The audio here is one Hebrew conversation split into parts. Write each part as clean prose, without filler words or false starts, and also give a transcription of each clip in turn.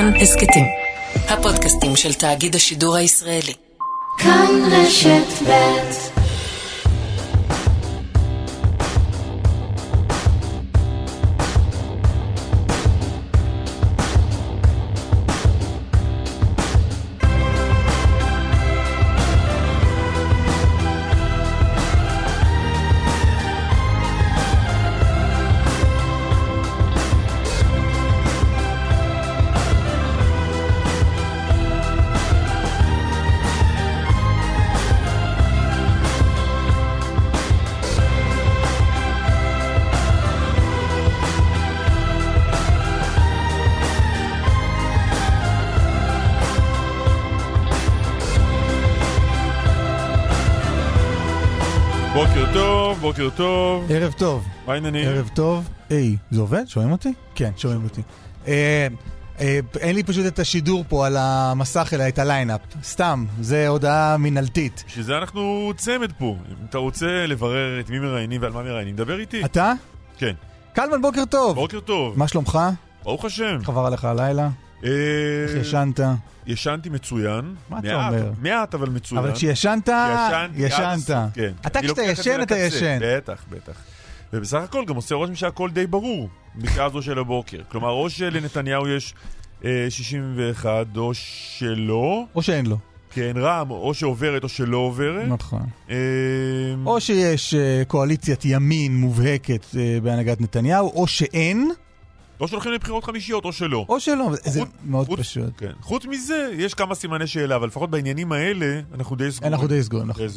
כאן הסקטים, הפודקאסטים של תאגיד השידור הישראלי. כאן רשת ב'. בוקר טוב. ערב טוב. מה העניינים? ערב טוב. זה עובד? שומעים אותי? כן, שומעים אותי. אין לי פשוט את השידור פה על המסך, אלא את הליינאפ. סתם, זה הודעה מנהלתית. שזה אנחנו צמד פה. אם אתה רוצה לברר את מי מראיינים ועל מה מראיינים, דבר איתי. אתה? כן. קלמן, בוקר טוב. בוקר טוב. מה שלומך? ברוך השם. חבר עליך הלילה? איך ישנת? ישנתי מצוין. מה אתה אומר? מעט אבל מצוין. אבל כשישנת, ישנת. כן. אתה כשאתה ישן, אתה ישן. בטח. ובסך הכל גם עושה רושם שהכל די ברור בשעה זו של הבוקר. כלומר, או שלנתניהו יש 61, או שלא. או שאין לו. כן, רם, או שעוברת או שלא עוברת. נכון. או שיש קואליציית ימין מובהקת בהנהגת נתניהו, או שאין. או שהולכים לבחירות חמישיות, או שלא. או שלא, זה מאוד פשוט. כן. חוץ מזה, יש כמה סימני שאלה, אבל לפחות בעניינים האלה, אנחנו די סגורים. אנחנו די סגורים, נכון.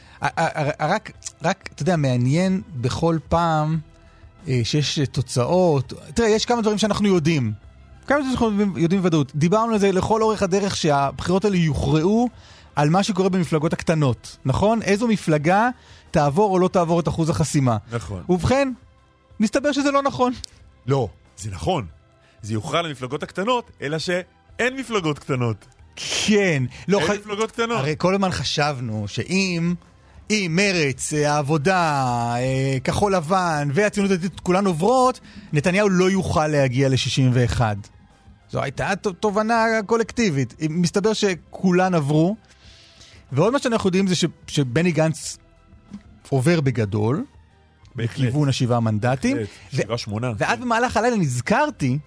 רק, אתה יודע, מעניין בכל פעם שיש תוצאות. תראה, יש כמה דברים שאנחנו יודעים. כמה דברים שאנחנו יודעים בוודאות. דיברנו על זה לכל אורך הדרך שהבחירות האלה יוכרעו על מה שקורה במפלגות הקטנות. נכון? איזו מפלגה תעבור או לא תעבור את אחוז החסימה. נכון. ובכן, מסתבר שזה לא נכון. לא. זה נכון. זה יוכרע למפלגות הקטנות, אלא שאין מפלגות קטנות. כן. לא, אין מפלגות קטנות. הרי כל הזמן חשבנו שאם מרץ, העבודה, כחול לבן והציונות הדתית כולן עוברות, נתניהו לא יוכל להגיע ל-61. זו הייתה תובנה קולקטיבית. מסתבר שכולן עברו. ועוד מה שאנחנו יודעים זה שבני גנץ עובר בגדול. בכיוון 7 מנדטים. 7-8. ועד במהלך הלילה נזכרתי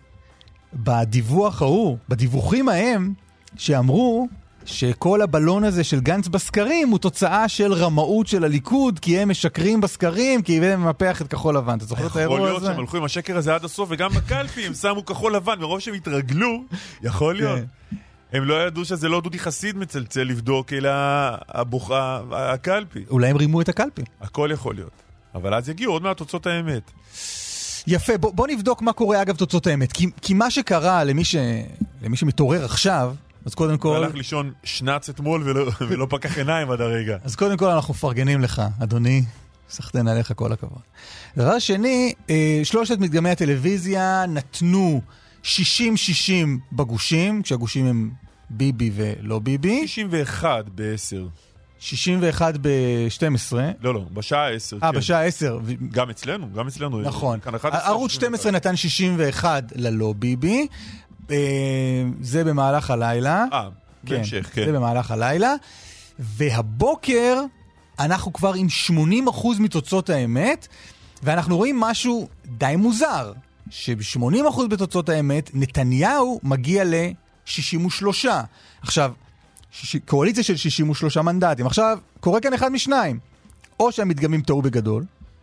בדיווחים ההם, שאמרו שכל הבלון הזה של גנץ בסקרים הוא תוצאה של רמאות של הליכוד, כי הם משקרים בסקרים, כי הם ממפח את כחול לבן. אתה זוכר את האירוע הזה? יכול להיות שהם הלכו עם השקר הזה עד הסוף, וגם בקלפי הם שמו כחול לבן, מרוב שהם התרגלו, יכול להיות. הם לא ידעו שזה לא דודי חסיד מצלצל לבדוק, אלא הקלפי. אולי הם רימו את הקלפי. הכל יכול להיות. אבל אז יגיעו עוד מהתוצאות האמת. יפה, בוא נבדוק מה קורה אגב תוצאות האמת. כי מה שקרה למי שמתעורר עכשיו, אז קודם כל... הלך לישון שנץ אתמול ולא פקח עיניים עד הרגע. אז קודם כל אנחנו מפרגנים לך, אדוני. סחתן עליך כל הכבוד. דבר שני, 3 מדגמי הטלוויזיה נתנו 60-60 בגושים, כשהגושים הם ביבי ולא ביבי. 61 ב-10. 61 ב-12. לא, בשעה 10. כן. בשעה 10. גם אצלנו. נכון. ערוץ 12 נתן 61 ללא ביבי. זה במהלך הלילה. בהמשך, כן. זה במהלך הלילה. והבוקר אנחנו כבר עם 80% מתוצאות האמת, ואנחנו רואים משהו די מוזר, שב-80% בתוצאות האמת, נתניהו מגיע ל-63. עכשיו, קואליציה של 63 מנדטים. עכשיו, קורה כאן אחד משניים. או שהמדגמים טעו בגדול,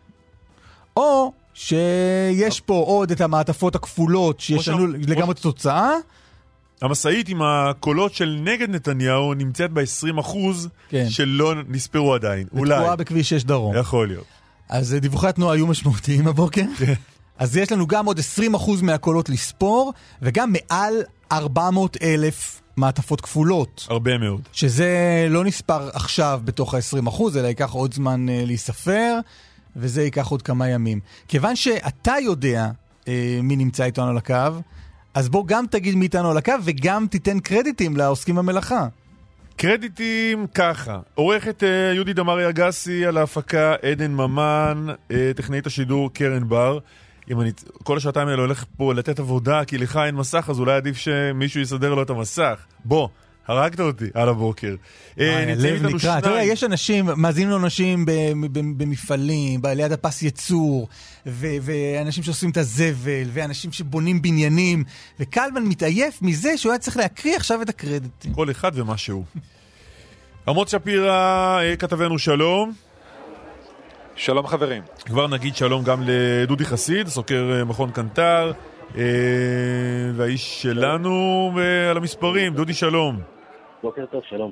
או שיש פה עוד את המעטפות הכפולות שיש לנו לגמרי תוצאה. המסעית עם הקולות של נגד נתניהו נמצאת ב-20% שלא נספרו עדיין. אולי. ותקועה בכביש 6 דרום. יכול להיות. אז דיווחי התנועה היו משמעותיים הבוקר. אז יש לנו גם עוד 20% מהקולות לספור, וגם מעל 400,000 מעטפות כפולות. הרבה מאוד. שזה לא נספר עכשיו בתוך ה-20%, אלא ייקח עוד זמן להיספר, וזה ייקח עוד כמה ימים. כיוון שאתה יודע מי נמצא איתנו על הקו, אז בוא גם תגיד מי איתנו על הקו, וגם תיתן קרדיטים לעוסקים במלאכה. קרדיטים ככה, עורכת יהודית דמרי אגסי, על ההפקה עדן ממן, טכנאית השידור קרן בר. אם אני כל השעתיים האלה הולך פה לתת עבודה, כי לך אין מסך, אז אולי עדיף שמישהו יסדר לו את המסך. בוא, הרגת אותי על הבוקר. לב נקרא. אתה יודע, יש אנשים, מאזינים לו אנשים במפעלים, ליד הפס ייצור, ואנשים שעושים את הזבל, ואנשים שבונים בניינים, וקלמן מתעייף מזה שהוא היה צריך להקריא עכשיו את הקרדיט. כל אחד ומשהו. עמוץ שפירא, כתבנו, שלום. שלום חברים. כבר נגיד שלום גם לדודי חסיד, סוקר מכון קנטר, והאיש שלנו על המספרים. דודי, שלום. בוקר טוב, שלום.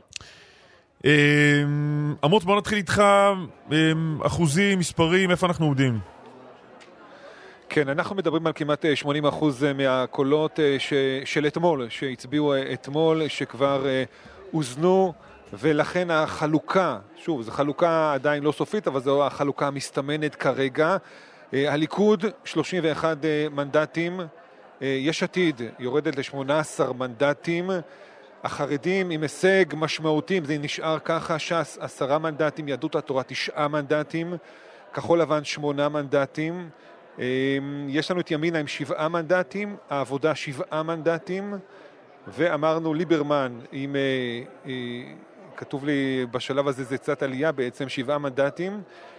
עמוץ, בוא נתחיל איתך, אחוזים, מספרים, איפה אנחנו עומדים? כן, אנחנו מדברים על כמעט 80% מהקולות של אתמול, שהצביעו אתמול, שכבר הוזנו, ולכן החלוקה, שוב, זו חלוקה עדיין לא סופית, אבל זו החלוקה המסתמנת כרגע. הליכוד 31 מנדטים, יש עתיד יורדת ל-18 מנדטים, החרדים עם הישג משמעותי, זה נשאר ככה, ש"ס 10 מנדטים, יהדות התורה 9 מנדטים, כחול לבן 8 מנדטים, יש לנו את ימינה עם 7 מנדטים, העבודה 7 מנדטים, ואמרנו ליברמן עם, כתוב לי בשלב הזה זה קצת עלייה בעצם, 7 מנדטים,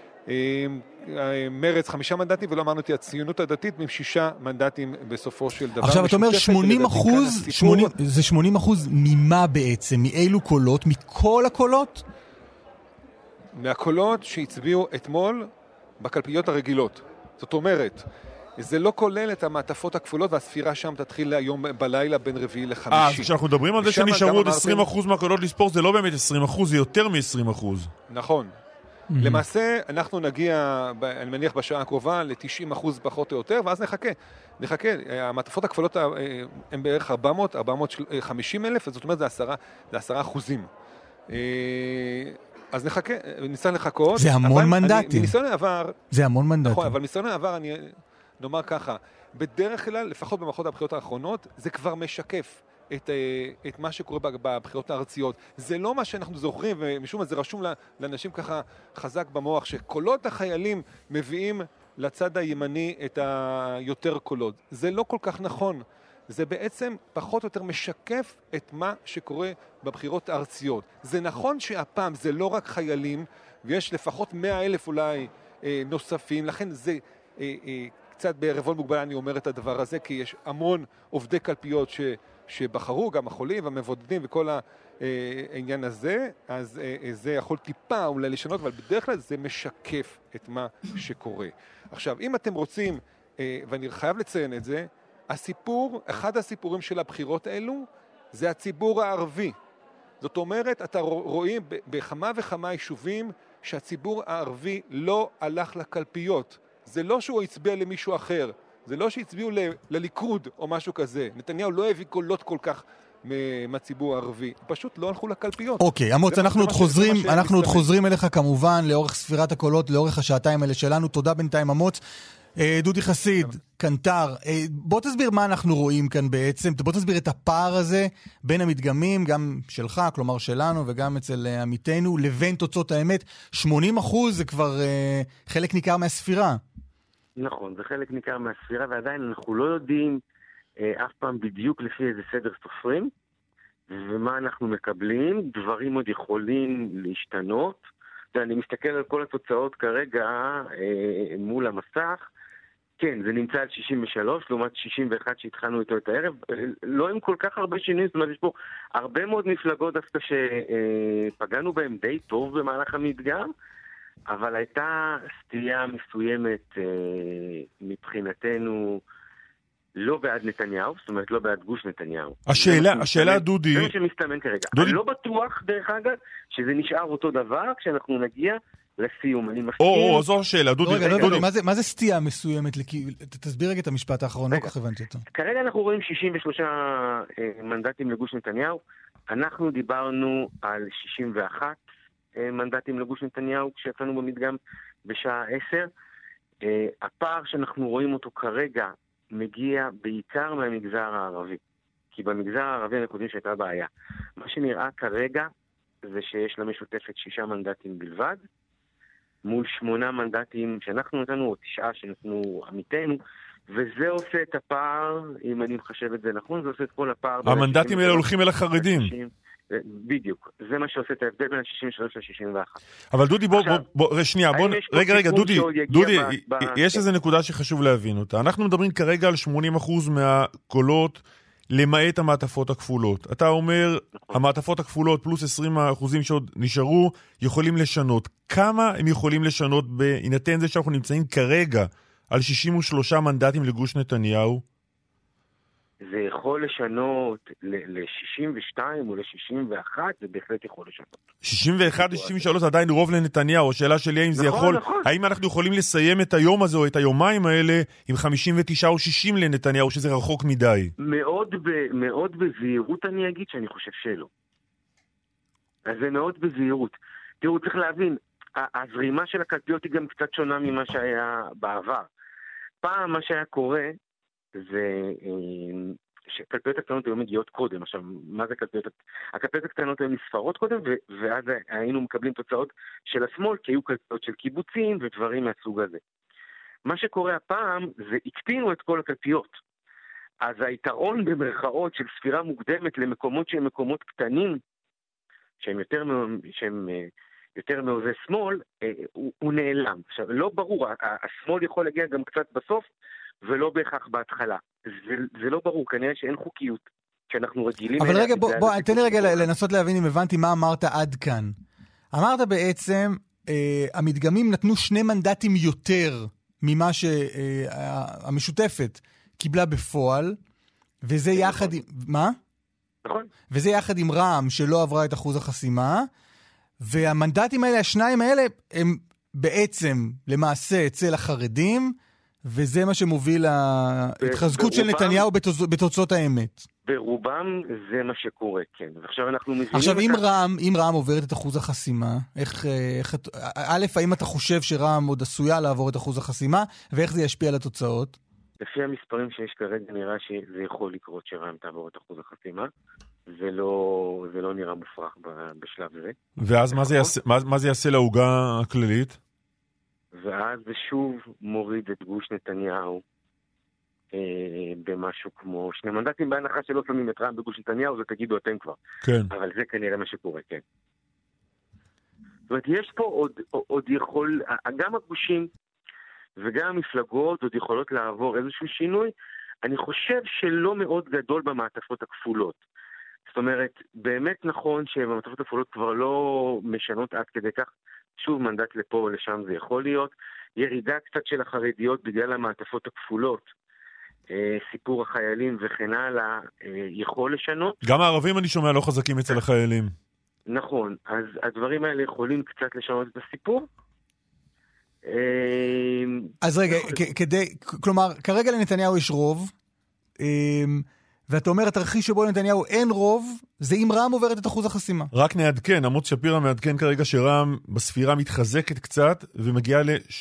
מרץ 5 מנדטים, ולא אמרנו את הציונות הדתית עם 6 מנדטים בסופו של דבר. עכשיו אתה אומר 80%, זה 80% ממה בעצם? מאילו קולות? מכל הקולות? מהקולות שהצביעו אתמול בקלפיות הרגילות. זאת אומרת, זה לא כולל את המעטפות הכפולות, והספירה שם תתחיל היום בלילה בין רביעי לחמישי. אז כשאנחנו מדברים על זה שנשארו עוד 20% מהקולות לספור, זה לא באמת 20%, זה יותר מ-20%. נכון. למעשה, אנחנו נגיע, אני מניח בשעה הקרובה, ל-90% פחות או יותר, ואז נחכה. המעטפות הכפולות הן בערך 450 אלף, זאת אומרת, זה 10%. אז נחכה, ניסה לחכות. זה המון מנדטים. מניסיון העבר... זה המון מנדטים. נכון, אבל מניסיון העבר, אני נאמר ככה, בדרך כלל, לפחות במערכות הבחירות האחרונות, זה כבר משקף את מה שקורה בבחירות הארציות. זה לא מה שאנחנו זוכרים, ומשום מה זה רשום לאנשים ככה חזק במוח, שקולות החיילים מביאים לצד הימני את היותר קולות. זה לא כל כך נכון. זה בעצם פחות או יותר משקף את מה שקורה בבחירות הארציות. זה נכון שהפעם זה לא רק חיילים, ויש לפחות 100,000 אולי נוספים, לכן זה קצת בערבון מוגבל אני אומר את הדבר הזה, כי יש המון עובדי קלפיות שבחרו, גם החולים והמבודדים וכל העניין הזה, אז זה יכול טיפה אולי לשנות, אבל בדרך כלל זה משקף את מה שקורה. עכשיו, אם אתם רוצים, ואני חייב לציין את זה, אחד הסיפורים של הבחירות האלו, זה הציבור הערבי. זאת אומרת, אתה רואים בכמה וכמה יישובים שהציבור הערבי לא הלך לקלפיות. זה לא שהוא הצביע למישהו אחר, זה לא שהצביעו לליכוד או משהו כזה. נתניהו לא הביא קולות כל כך מהציבור הערבי, פשוט לא הלכו לקלפיות. אוקיי, עמוץ, אנחנו עוד חוזרים אליך כמובן, לאורך ספירת הקולות, לאורך השעתיים האלה שלנו. תודה בינתיים עמוץ. דודי חסיד, קנטר, בוא תסביר מה אנחנו רואים כאן בעצם, בוא תסביר את הפער הזה בין המדגמים, גם שלך, כלומר שלנו, וגם אצל עמיתנו, לבין תוצאות האמת. 80% זה כבר חלק ניכר מהספירה. נכון, זה חלק ניכר מהספירה, ועדיין אנחנו לא יודעים אף פעם בדיוק לפי איזה סדר סופרים, ומה אנחנו מקבלים, דברים עוד יכולים להשתנות, ואני מסתכל על כל התוצאות כרגע מול המסך, כן, זה נמצא על 63, לעומת 61 שהתחלנו איתו את הערב, לא עם כל כך הרבה שינויים, זאת אומרת, יש פה הרבה מאוד מפלגות דווקא שפגענו בהם די טוב במהלך המדגם, אבל הייתה סטייה מסוימת מבחינתנו לא בעד נתניהו, זאת אומרת לא בעד גוש נתניהו. השאלה דודי... זה מה שמסתמן כרגע. אני לא בטוח דרך אגב שזה נשאר אותו דבר כשאנחנו נגיע לסיום. אני מסכים... זו השאלה, דודי. רגע, מה זה סטייה מסוימת? תסביר רגע את המשפט האחרון, לא כך הבנתי אותו. כרגע אנחנו רואים 63 מנדטים לגוש נתניהו. אנחנו דיברנו על 61 מנדטים לגוש נתניהו כשיצאנו במדגם בשעה 10. הפער שאנחנו רואים אותו כרגע מגיע בעיקר מהמגזר הערבי. כי במגזר הערבי אנחנו יודעים שהייתה בעיה. מה שנראה כרגע זה שיש למשותפת 6 מנדטים בלבד, מול 8 מנדטים שאנחנו נתנו, או 9 שנתנו עמיתנו, וזה עושה את הפער, אם אני מחשב את זה נכון, זה עושה את כל הפער. המנדטים האלה הולכים אל החרדים. בדיוק, זה מה שעושה את ההבדל בין ה-63 ל-61. אבל דודי, שנייה, רגע, דודי, יש איזו נקודה שחשוב להבין אותה. אנחנו מדברים כרגע על 80% מהקולות למעט המעטפות הכפולות. אתה אומר, המעטפות הכפולות פלוס 20% שעוד נשארו, יכולים לשנות. כמה הם יכולים לשנות בהינתן זה שאנחנו נמצאים כרגע על 63 מנדטים לגוש נתניהו? זה יכול לשנות ל-62 או ל-61, זה בהחלט יכול לשנות. 61 ל-63 זה עדיין רוב לנתניהו. השאלה שלי האם זה יכול, האם אנחנו יכולים לסיים את היום הזה או את היומיים האלה עם 59 או 60 לנתניהו, שזה רחוק מדי? מאוד בזהירות אני אגיד שאני חושב שלא. אז זה מאוד בזהירות. תראו, צריך להבין, הזרימה של הקלפיות היא גם קצת שונה ממה שהיה בעבר. פעם מה שהיה קורה, זה שקלפיות הקטנות היו מגיעות קודם. עכשיו, מה זה קלפיות? הקלפיות הקטנות היו נספרות קודם, ואז היינו מקבלים תוצאות של השמאל, כי היו קלפיות של קיבוצים ודברים מהסוג הזה. מה שקורה הפעם, זה הקטינו את כל הקלפיות. אז היתרון במרכאות של ספירה מוקדמת למקומות שהם מקומות קטנים, שהם יותר מעוזי שמאל, הוא נעלם. עכשיו, לא ברור, השמאל יכול להגיע גם קצת בסוף, ולא בהכרח בהתחלה. זה לא ברור, כנראה שאין חוקיות, שאנחנו רגילים... אבל רגע, תן לי רגע לנסות להבין אם הבנתי מה אמרת עד כאן. אמרת בעצם, המדגמים נתנו 2 מנדטים יותר ממה שהמשותפת קיבלה בפועל, וזה יחד עם... מה? נכון. וזה יחד עם רע"מ שלא עברה את אחוז החסימה, והמנדטים האלה, השניים האלה, הם בעצם למעשה אצל החרדים, וזה מה שמוביל להתחזקות של נתניהו בתוצאות האמת. ברובם זה מה שקורה, כן. ועכשיו אנחנו מבינים... עכשיו, אם רע"מ עוברת את אחוז החסימה, האם אתה חושב שרע"מ עוד עשויה לעבור את אחוז החסימה, ואיך זה ישפיע על התוצאות? לפי המספרים שיש כרגע נראה שזה יכול לקרות שרע"מ תעבור את אחוז החסימה. זה לא נראה מופרך בשלב זה. ואז מה זה יעשה לעוגה הכללית? ואז זה שוב מוריד את גוש נתניהו במשהו כמו 2 מנדטים, בהנחה שלא שמים את רע"מ בגוש נתניהו, זה תגידו אתם כבר. כן. אבל זה כנראה מה שקורה, כן. זאת אומרת, יש פה עוד יכול, גם הגושים וגם המפלגות עוד יכולות לעבור איזשהו שינוי, אני חושב שלא מאוד גדול במעטפות הכפולות. זאת אומרת, באמת נכון שבמעטפות הכפולות כבר לא משנות עד כדי כך, שוב מנדט לפה או לשם זה יכול להיות, ירידה קצת של החרדיות בגלל המעטפות הכפולות, סיפור החיילים וכן הלאה, יכול לשנות. גם הערבים אני שומע לא חזקים אצל החיילים. נכון, אז הדברים האלה יכולים קצת לשנות את הסיפור. אז רגע, כלומר, כרגע לנתניהו יש רוב, ואתה אומר, התרחיש שבו לנתניהו אין רוב, זה אם רע"מ עוברת את אחוז החסימה. רק נעדכן, עמוד שפירא מעדכן כרגע שרע"מ בספירה מתחזקת קצת, ומגיעה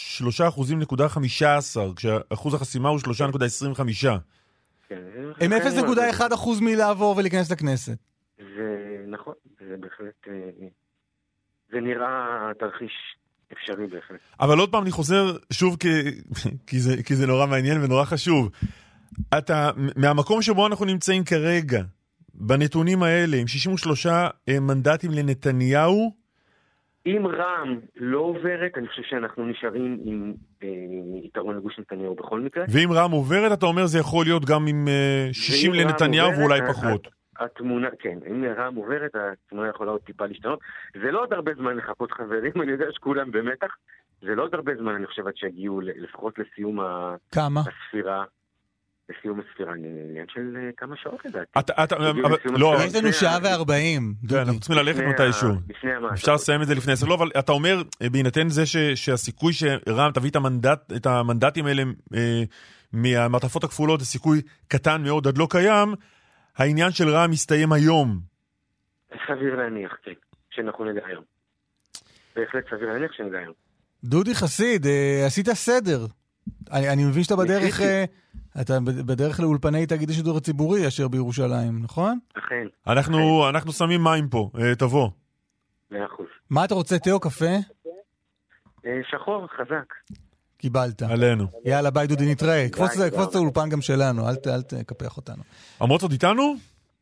ל3.15%, כשאחוז החסימה הוא 3.25%. הם 0.1% מלעבור ולהיכנס לכנסת. זה נכון, זה בהחלט, זה נראה תרחיש אפשרי בהחלט. אבל עוד פעם אני חוזר שוב, כי זה נורא מעניין ונורא חשוב. אתה, מהמקום שבו אנחנו נמצאים כרגע, בנתונים האלה, עם 63 מנדטים לנתניהו, אם רע"מ לא עוברת, אני חושב שאנחנו נשארים עם יתרון לגוש נתניהו בכל מקרה. ואם רע"מ עוברת, אתה אומר זה יכול להיות גם עם 60 לנתניהו ואולי פחות. התמונה, כן, אם רע"מ עוברת, התמונה יכולה עוד טיפה להשתנות. זה לא עוד הרבה זמן לחכות חברים, אני יודע שכולם במתח. זה לא עוד הרבה זמן, אני חושבת שהגיעו לפחות לסיום הספירה. לסיום הספירה, עניין של כמה שעות לדעתי. יש לנו 1:40. אנחנו צריכים ללכת מתישהו. אפשר לסיים את זה לפני 10. לא, אבל אתה אומר, בהינתן זה שהסיכוי שרע"מ תביא את המנדטים האלה מהמעטפות הכפולות, זה סיכוי קטן מאוד עד לא קיים, העניין של רע"מ מסתיים היום. סביר להניח, כן, שאנחנו נדע היום. בהחלט סביר להניח שנדע היום. דודי חסיד, עשית סדר. אני מבין שאתה בדרך... אתה בדרך לאולפני תאגיד השידור הציבורי אשר בירושלים, נכון? אכן. אנחנו שמים מים פה, תבוא. 100%. מה אתה רוצה, תה או קפה? שחור, חזק. קיבלת. עלינו. יאללה, ביי דודי, נתראה. קפוץ את האולפן גם שלנו, אל תקפח אותנו. אמוץ עוד איתנו?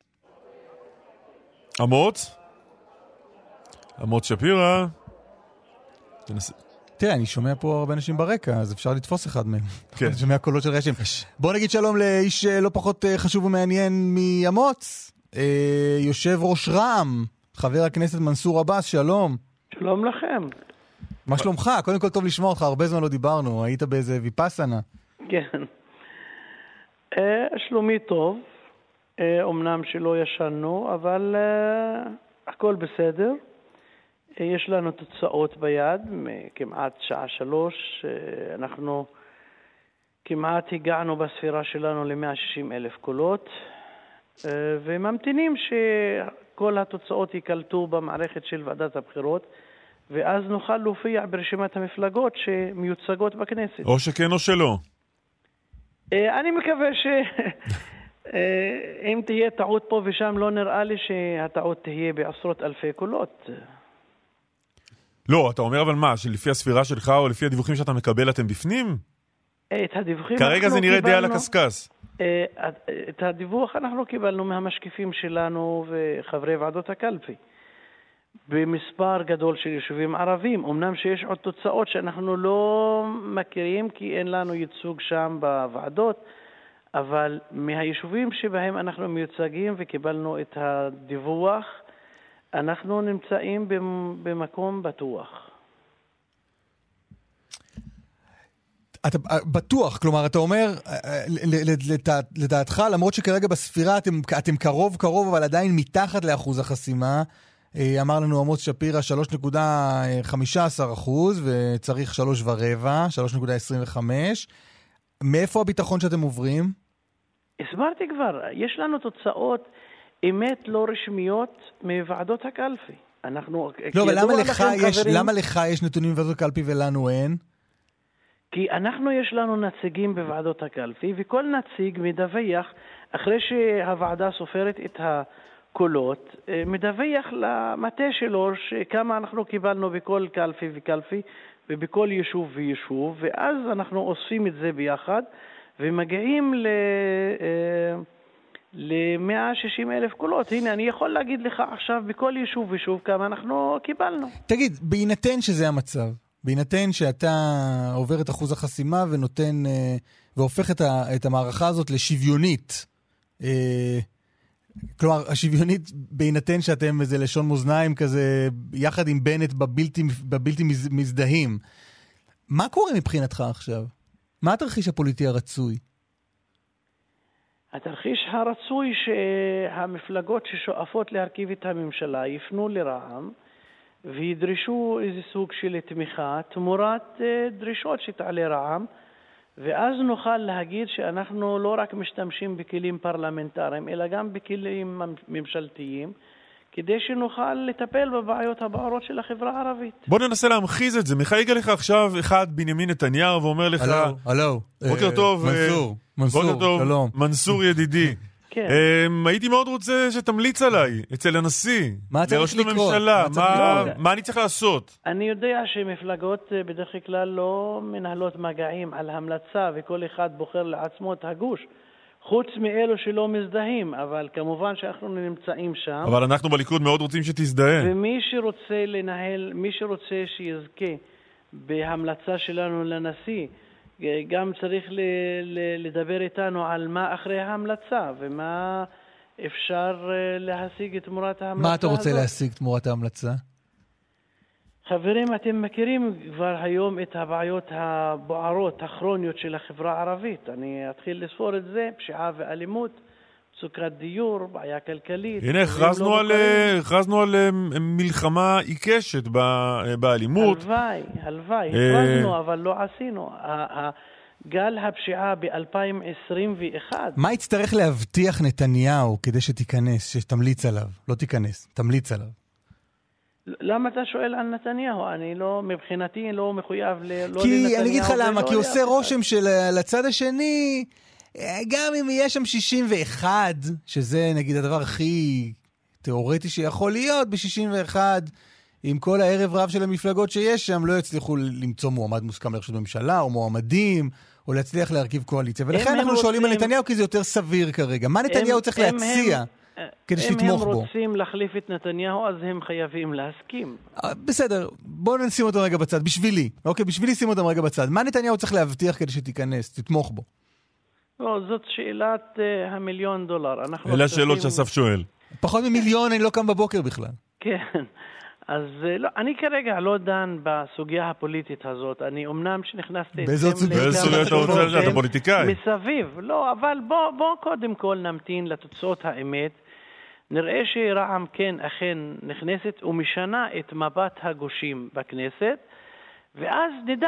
אמוץ? אמוץ שפירא? תראה, אני שומע פה הרבה אנשים ברקע, אז אפשר לתפוס אחד מהם. כן. אני שומע קולות של רעשים. בוא נגיד שלום לאיש לא פחות חשוב ומעניין מאמוץ, יושב ראש רע"מ, חבר הכנסת מנסור עבאס, שלום. שלום לכם. מה שלומך? קודם כל טוב לשמוע אותך, הרבה זמן לא דיברנו, היית באיזה ויפאסנה. כן. שלומי טוב, אמנם שלא ישנו, אבל הכל בסדר. יש לנו תוצאות ביד, כמעט שעה 3, אנחנו כמעט הגענו בספירה שלנו ל-160,000 קולות, וממתינים שכל התוצאות יקלטו במערכת של ועדת הבחירות, ואז נוכל להופיע ברשימת המפלגות שמיוצגות בכנסת. או שכן או שלא. אני מקווה אם תהיה טעות פה ושם, לא נראה לי שהטעות תהיה בעשרות אלפי קולות. לא, אתה אומר אבל מה, שלפי הספירה שלך או לפי הדיווחים שאתה מקבל אתם בפנים? את הדיווחים כרגע זה נראה די על הקסקס. את הדיווח אנחנו קיבלנו מהמשקיפים שלנו וחברי ועדות הקלפי. במספר גדול של יישובים ערבים. אמנם שיש עוד תוצאות שאנחנו לא מכירים כי אין לנו ייצוג שם בוועדות, אבל מהיישובים שבהם אנחנו מיוצגים וקיבלנו את הדיווח, אנחנו נמצאים במקום בטוח. אתה בטוח, כלומר, אתה אומר, לדעתך, למרות שכרגע בספירה אתם קרוב, אבל עדיין מתחת לאחוז החסימה, אמר לנו אמוץ שפירא 3.15% וצריך 3.25, 3.25. מאיפה הביטחון שאתם עוברים? הסברתי כבר, יש לנו תוצאות אמת לא רשמיות מוועדות הקלפי. לא, אבל למה לך יש נתונים בוועדות הקלפי ולנו אין? כי יש לנו נציגים בוועדות הקלפי, וכל נציג מדווח, אחרי שהוועדה סופרת את הקולות, מדווח למטה שלו כמה אנחנו קיבלנו בכל קלפי וקלפי, ובכל יישוב ויישוב, ואז אנחנו אוספים את זה ביחד, ומגיעים ל-160,000 קולות. הנה, אני יכול להגיד לך עכשיו בכל יישוב ויישוב כמה אנחנו קיבלנו. תגיד, בהינתן שזה המצב, בהינתן שאתה עובר את אחוז החסימה ונותן, והופך את המערכה הזאת לשוויונית, כלומר, השוויונית בהינתן שאתם איזה לשון מאזניים כזה, יחד עם בנט בבלתי מזדהים, מה קורה מבחינתך עכשיו? מה התרחיש הפוליטי הרצוי? התרחיש הרצוי שהמפלגות ששואפות להרכיב את הממשלה יפנו לרע"מ וידרשו איזה סוג של תמיכה תמורת דרישות שתעלה רע"מ, ואז נוכל להגיד שאנחנו לא רק משתמשים בכלים פרלמנטריים אלא גם בכלים ממשלתיים כדי שנוכל לטפל בבעיות הבוערות של החברה הערבית. בוא ננסה להמחיז את זה. מחייג לך עכשיו אחד בנימין נתניהו ואומר לך, הלו, בוקר טוב, בוקר טוב, מנסור ידידי. כן. הייתי מאוד רוצה שתמליץ עליי אצל הנשיא, מה צריך לקרות? מה אני צריך לעשות? אני יודע שמפלגות בדרך כלל לא מנהלות מגעים על המלצה וכל אחד בוחר לעצמו את הגוש. חוץ מאלו שלא מזדהים, אבל כמובן שאנחנו נמצאים שם. אבל אנחנו בליכוד מאוד רוצים שתזדהה. ומי שרוצה לנהל, מי שרוצה שיזכה בהמלצה שלנו לנשיא, גם צריך לדבר איתנו על מה אחרי ההמלצה, ומה אפשר להשיג תמורת ההמלצה. מה אתה רוצה להשיג תמורת ההמלצה? חברים, אתם מכירים כבר היום את הבעיות הבוערות, הכרוניות של החברה הערבית. אני אתחיל לספור את זה, פשיעה ואלימות, מצוקת דיור, בעיה כלכלית. הנה, הכרזנו על מלחמה עיקשת באלימות. הלוואי, הכרזנו, אבל לא עשינו. גל הפשיעה ב-2021. מה יצטרך להבטיח נתניהו כדי שתיכנס, שתמליץ עליו? לא תיכנס, תמליץ עליו. למה אתה שואל על נתניהו? אני לא, מבחינתי לא מחויב כי אני אגיד לך למה, כי עושה רושם של לצד השני, גם אם יש שם 61, שזה נגיד הדבר הכי תיאורטי שיכול להיות, ב-61 עם כל הערב רב של המפלגות שיש שם, לא יצליחו למצוא מועמד מוסכם לראשות ממשלה, או מועמדים, או להצליח להרכיב קואליציה. ולכן אנחנו שואלים על נתניהו, כי זה יותר סביר כרגע. מה נתניהו צריך להציע כדי שתתמוך בו? אם הם רוצים להחליף את נתניהו, אז הם חייבים להסכים. בסדר, בואו נשים אותם רגע בצד, בשבילי. אוקיי, בשבילי שים אותם רגע בצד. מה נתניהו צריך להבטיח כדי שתיכנס, תתמוך בו? לא, זאת שאלת $1,000,000. אלה השאלות שאסף שואל. פחות מ1,000,000 אני לא קם בבוקר בכלל. כן. אז לא, אני כרגע לא דן בסוגיה הפוליטית הזאת. אני אומנם שנכנסתי... באיזה סוגיה אתה רוצה? אתה פוליטיקאי. מסביב. לא, אבל בוא קודם כל נמתין לתוצאות האמת. נראה שרע"מ כן אכן נכנסת ומשנה את מפת הגושים בכנסת, ואז נדע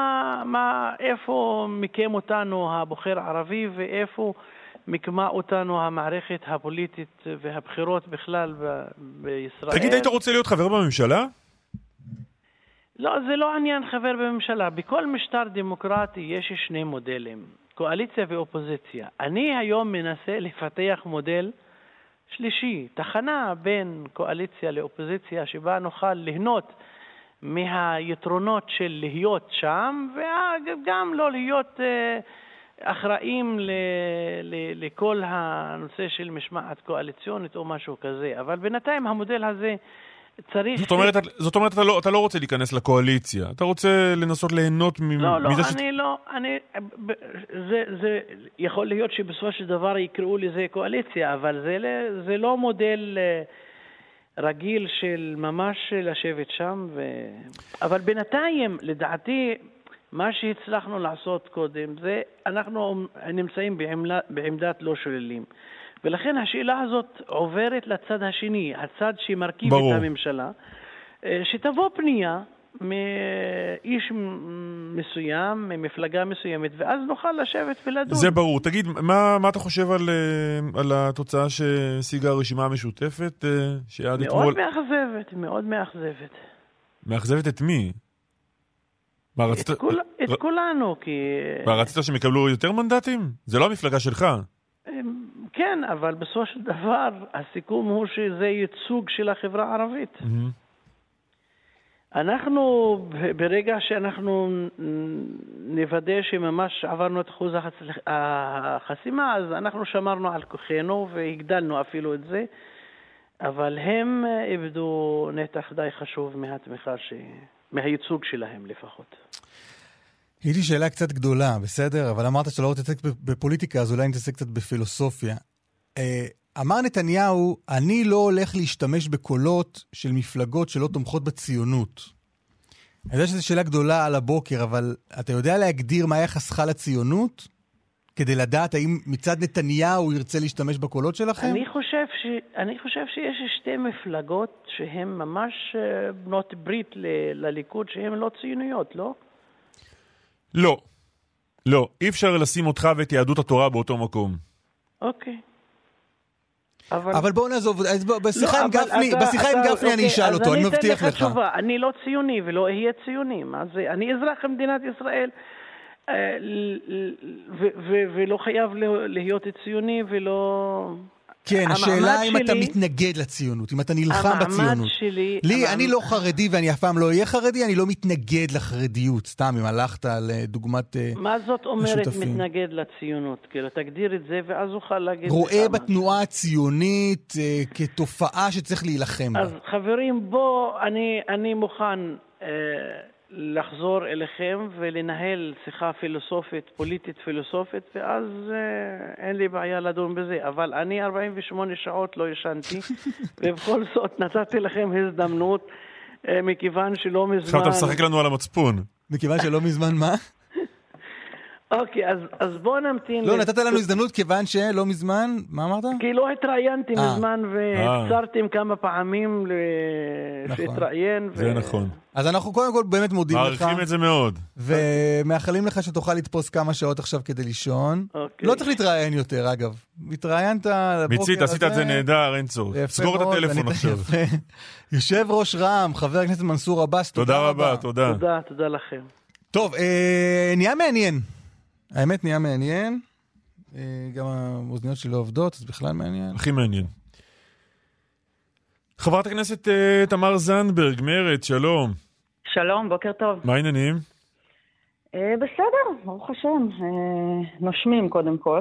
איפה מקם אותנו הבוחר הערבי ואיפה מקמה אותנו המערכת הפוליטית והבחירות בכלל בישראל. תגיד, היית רוצה להיות חבר בממשלה? לא, זה לא עניין חבר בממשלה. בכל משטר דמוקרטי יש שני מודלים, קואליציה ואופוזיציה. אני היום מנסה לפתח מודל שלישי, תחנה בין קואליציה לאופוזיציה שבה נוכל ליהנות מהיתרונות של להיות שם וגם לא להיות אחראים לכל הנושא של משמעת קואליציונית או משהו כזה. אבל בינתיים המודל הזה צריך... זאת אומרת אתה לא רוצה להיכנס לקואליציה, אתה רוצה לנסות ליהנות מזה זה יכול להיות שבסופו של דבר יקראו לזה קואליציה, אבל זה לא מודל רגיל של ממש לשבת שם אבל בינתיים לדעתי מה שהצלחנו לעשות קודם זה אנחנו נמצאים בעמדת לא שוללים, ולכן השאלה הזאת עוברת לצד השני, הצד שמרכיב את הממשלה, שתבוא פנייה מאיש מסוים, ממפלגה מסוימת, ואז נוכל לשבת ולדון. זה ברור. תגיד, מה אתה חושב על התוצאה שהשיגה הרשימה המשותפת? מאוד מאכזבת, מאוד מאכזבת. מאכזבת את מי? את כולנו, כי... רצית שהם יקבלו יותר מנדטים? זה לא המפלגה שלך. כן, אבל בסופו של דבר הסיכום הוא שזה ייצוג של החברה הערבית. אנחנו, ברגע שאנחנו נוודא שממש עברנו את אחוז החסימה, אז אנחנו שמרנו על כוחנו והגדלנו אפילו את זה, אבל הם איבדו נתח די חשוב מהתמיכה מהייצוג שלהם לפחות. היא לי שאלה קצת גדולה, בסדר? אבל אמרת שלא רוצה להתעסק בפוליטיקה, אז אולי נתעסק קצת בפילוסופיה. אמר נתניהו, אני לא הולך להשתמש בקולות של מפלגות שלא תומכות בציונות. אני יודע שזו שאלה גדולה על הבוקר, אבל אתה יודע להגדיר מה יחסך לציונות? כדי לדעת האם מצד נתניהו ירצה להשתמש בקולות שלכם? אני חושב שיש שתי מפלגות שהן ממש בנות ברית לליכוד, שהן לא ציוניות, לא? לא. אי אפשר לשים אותך ואת יהדות התורה באותו מקום. אוקיי. אבל בואו נעזוב, בשיחה עם גפני אני אשאל אותו, אני מבטיח לך. אני לא ציוני ולא אהיה ציוני. אני אזרח במדינת ישראל, ולא חייב להיות ציוני ולא... כן, השאלה אם אתה מתנגד לציונות, אם אתה נלחם בציונות. אני לא חרדי ואני אף פעם לא אהיה חרדי, אני לא מתנגד לחרדיות, סתם אם הלכת על דוגמת השותפים. מה זאת אומרת מתנגד לציונות? כאילו, תגדיר את זה ואז אוכל להגיד... רואה בתנועה הציונית כתופעה שצריך להילחם בה. אז חברים, אני מוכן לחזור אליכם ולנהל שיחה פילוסופית, פוליטית פילוסופית, ואז אין לי בעיה לדון בזה. אבל אני 48 שעות לא ישנתי, ובכל זאת נתתי לכם הזדמנות, מכיוון שלא מזמן... אתה משחק לנו על המצפון. מכיוון שלא מזמן מה? אוקיי, אז בואו נמתין... לא, נתת לנו הזדמנות כיוון שלא מזמן... מה אמרת? כי לא התראיינתי מזמן והצרתם כמה פעמים שהתראיין. זה נכון. אז אנחנו קודם כל באמת מודים לך. מעריכים את זה מאוד. ומאחלים לך שתוכל לתפוס כמה שעות עכשיו כדי לישון. לא צריך להתראיין יותר, אגב. התראיינת לבוקר הזה. מצית, עשית את זה נהדר, אין צורך. סגור את הטלפון עכשיו. יושב ראש רע"מ, חבר הכנסת מנסור עבאס, תודה רבה. תודה לכם. טוב, נהיה מעניין. האמת נהיה מעניין, גם האוזניות שלי לא עובדות, אז בכלל מעניין. הכי מעניין. חברת הכנסת תמר זנדברג, מרצ, שלום. שלום, בוקר טוב. מה העניינים? בסדר, ברוך השם. נושמים קודם כל.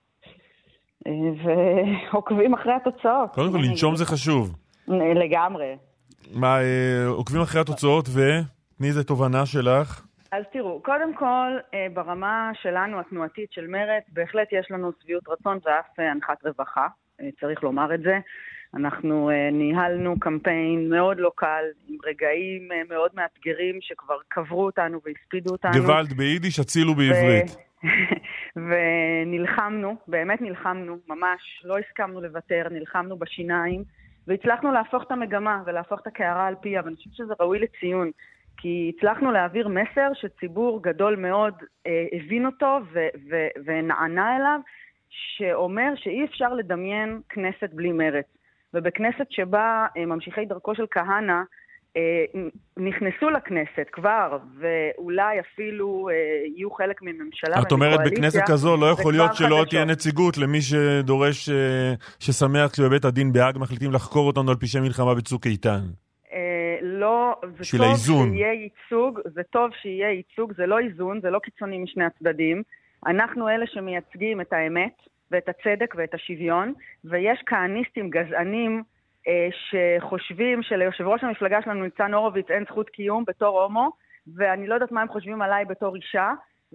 ועוקבים אחרי התוצאות. קודם כל, לנשום זה חשוב. לגמרי. מה, עוקבים אחרי התוצאות ותני איזה תובנה שלך? אז תראו, קודם כל, ברמה שלנו, התנועתית של מרצ, בהחלט יש לנו שביעות רצון ואף הנחת רווחה, צריך לומר את זה. אנחנו ניהלנו קמפיין מאוד לא קל, עם רגעים מאוד מאתגרים שכבר קברו אותנו והספידו אותנו. גוואלד ביידיש, הצילו בעברית. ונלחמנו, באמת נלחמנו, ממש לא הסכמנו לוותר, נלחמנו בשיניים, והצלחנו להפוך את המגמה ולהפוך את הקערה על פיה, ואני חושבת שזה ראוי לציון, כי הצלחנו להעביר מסר שציבור גדול מאוד הבין אותו ונענה אליו, שאומר שאי אפשר לדמיין כנסת בלי מרצ. ובכנסת שבה ממשיכי דרכו של כהנא נכנסו לכנסת כבר, ואולי אפילו יהיו חלק מממשלה. את אומרת, בכנסת כזו לא יכול להיות שלא תהיה נציגות למי שדורש, ששמח שבבית הדין בהאג מחליטים לחקור אותנו על פשעי מלחמה בצוק איתן. לא, זה טוב שיהיה ייצוג, זה טוב שיהיה ייצוג, זה לא איזון, זה לא קיצוני משני הצדדים. אנחנו אלה שמייצגים את האמת, ואת הצדק ואת השוויון, ויש כהניסטים גזענים שחושבים שליושב ראש המפלגה שלנו ניצן הורוביץ אין זכות קיום בתור הומו, ואני לא יודעת מה הם חושבים עליי בתור אישה,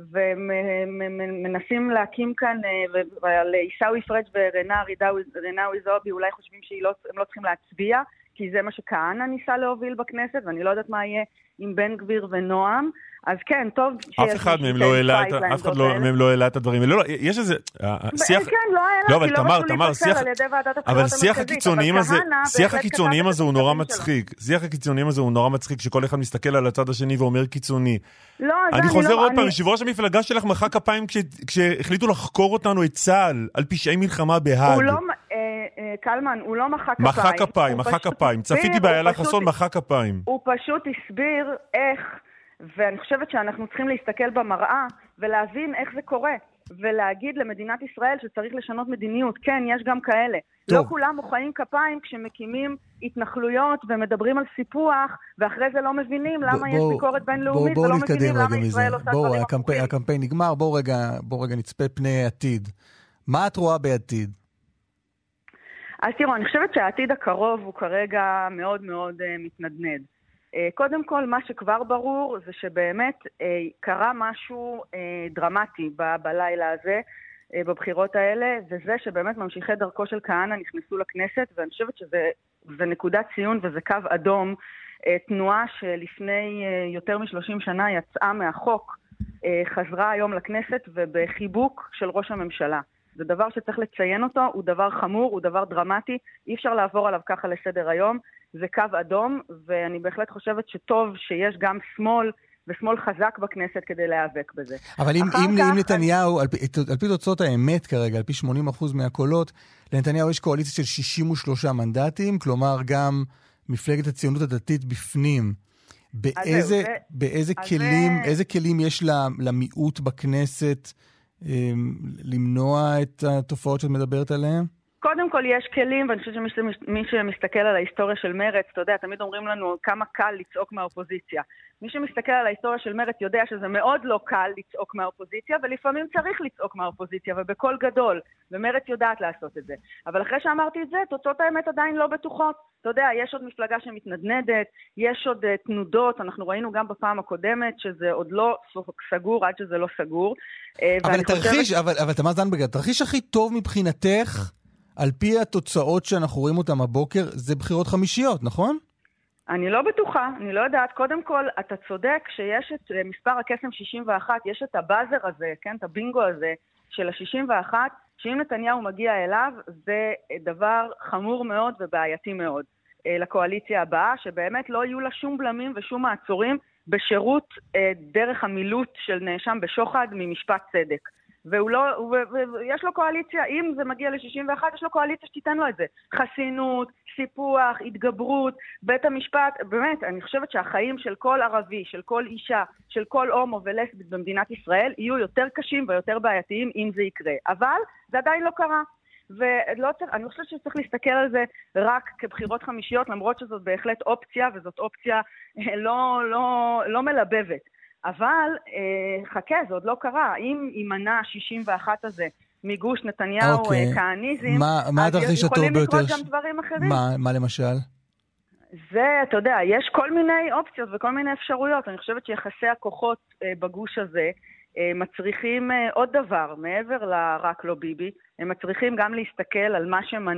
ומנסים להקים כאן, ועל עיסאווי פריג' ורנאווי זועבי אולי חושבים שהם לא צריכים להצביע, כי זה מה שכהנא ניסה להוביל בכנסת, ואני לא יודעת מה יהיה עם בן גביר ונועם. אז כן, טוב שיש... אף אחד מהם לא העלה את הדברים. לא, יש איזה... כן, לא העלה, כי לא רצו להתבצר על ידי ועדת הבחירות המרכזית. אבל שיח הקיצוניים הזה הוא נורא מצחיק. שיח הקיצוניים הזה הוא נורא מצחיק, שכל אחד מסתכל על הצד השני ואומר קיצוני. אני חוזר עוד פעם, יושב ראש המפלגה שלך מחא כפיים כשהחליטו לחקור אותנו את צה"ל על פשעי מלחמה בהאג. קלמן, הוא לא מחא כפיים. צפיתי באיילה חסון, מחא כפיים. הוא פשוט הסביר איך, ואני חושבת שאנחנו צריכים להסתכל במראה ולהבין איך זה קורה, ולהגיד למדינת ישראל שצריך לשנות מדיניות. כן, יש גם כאלה. לא כולם מוחאים כפיים כשמקימים התנחלויות ומדברים על סיפוח, ואחרי זה לא מבינים למה יש ביקורת בינלאומית, ולא מבינים למה ישראל עושה דברים הפוכים. הקמפיין נגמר, בואו רגע נצפה פני עתיד. מה את רואה בעתיד? אז תראו, אני חושבת שהעתיד הקרוב הוא כרגע מאוד מאוד מתנדנד. קודם כל, מה שכבר ברור זה שבאמת קרה משהו דרמטי בלילה הזה, בבחירות האלה, וזה שבאמת ממשיכי דרכו של כהנא נכנסו לכנסת, ואני חושבת שזה נקודת ציון וזה קו אדום, תנועה שלפני יותר מ-30 שנה יצאה מהחוק, חזרה היום לכנסת ובחיבוק של ראש הממשלה. זה דבר שצריך לציין אותו, הוא דבר חמור, הוא דבר דרמטי, אי אפשר לעבור עליו ככה לסדר היום, זה קו אדום, ואני בהחלט חושבת שטוב שיש גם שמאל, ושמאל חזק בכנסת כדי להיאבק בזה. אבל אם נתניהו, על פי תוצאות האמת כרגע, על פי 80% מהקולות, לנתניהו יש קואליציה של 63 מנדטים, כלומר גם מפלגת הציונות הדתית בפנים. באיזה כלים יש למיעוט בכנסת למנוע את התופעות שאת מדברת עליהן? קודם כל יש כלים, ואני חושבת שמי שמסתכל על ההיסטוריה של מרצ, אתה יודע, תמיד אומרים לנו כמה קל לצעוק מהאופוזיציה. מי שמסתכל על ההיסטוריה של מרצ יודע שזה מאוד לא קל לצעוק מהאופוזיציה, ולפעמים צריך לצעוק מהאופוזיציה, ובקול גדול, ומרצ יודעת לעשות את זה. אבל אחרי שאמרתי את זה, תוצאות האמת עדיין לא בטוחות. אתה יודע, יש עוד מפלגה שמתנדנדת, יש עוד תנודות, אנחנו ראינו גם בפעם הקודמת שזה עוד לא סגור, עד שזה לא סגור. אבל תמר זנדברג, התרחיש הכי טוב מבחינתך, על פי התוצאות שאנחנו רואים אותם הבוקר, זה בחירות חמישיות, נכון? אני לא בטוחה, אני לא יודעת. קודם כל, אתה צודק שיש את מספר הקסם 61, יש את הבאזר הזה, כן, את הבינגו הזה של ה-61, שאם נתניהו מגיע אליו, זה דבר חמור מאוד ובעייתי מאוד לקואליציה הבאה, שבאמת לא יהיו לה שום בלמים ושום מעצורים בשירות דרך המילוט של נאשם בשוחד ממשפט צדק. ויש לו קואליציה, אם זה מגיע ל-61, יש לו קואליציה שתיתן לו את זה. חסינות, סיפוח, התגברות, בית המשפט, באמת, אני חושבת שהחיים של כל ערבי, של כל אישה, של כל הומו ולסבית במדינת ישראל, יהיו יותר קשים ויותר בעייתיים אם זה יקרה. אבל זה עדיין לא קרה. ואני חושבת שצריך להסתכל על זה רק כבחירות חמישיות, למרות שזאת בהחלט אופציה, וזאת אופציה לא מלבבת. אבל חכה, זה עוד לא קרה. אם יימנע 61 הזה מגוש נתניהו כהניזם, אז יכולים לקרות גם דברים אחרים. מה למשל? זה, אתה יודע, יש כל מיני אופציות וכל מיני אפשרויות. אני חושבת שיחסי הכוחות בגוש הזה מצריכים עוד דבר, מעבר לרק לא ביבי, הם מצריכים גם להסתכל על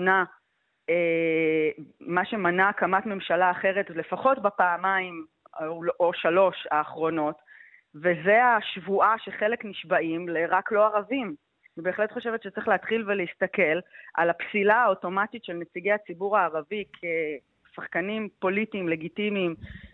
מה שמנע הקמת ממשלה אחרת, לפחות בפעמיים או 3 האחרונות, וזה השבועה שחלק נשבעים לרק לא ערבים. אני בהחלט חושבת שצריך להתחיל ולהסתכל על הפסילה האוטומטית של נציגי הציבור הערבי כשחקנים פוליטיים לגיטימיים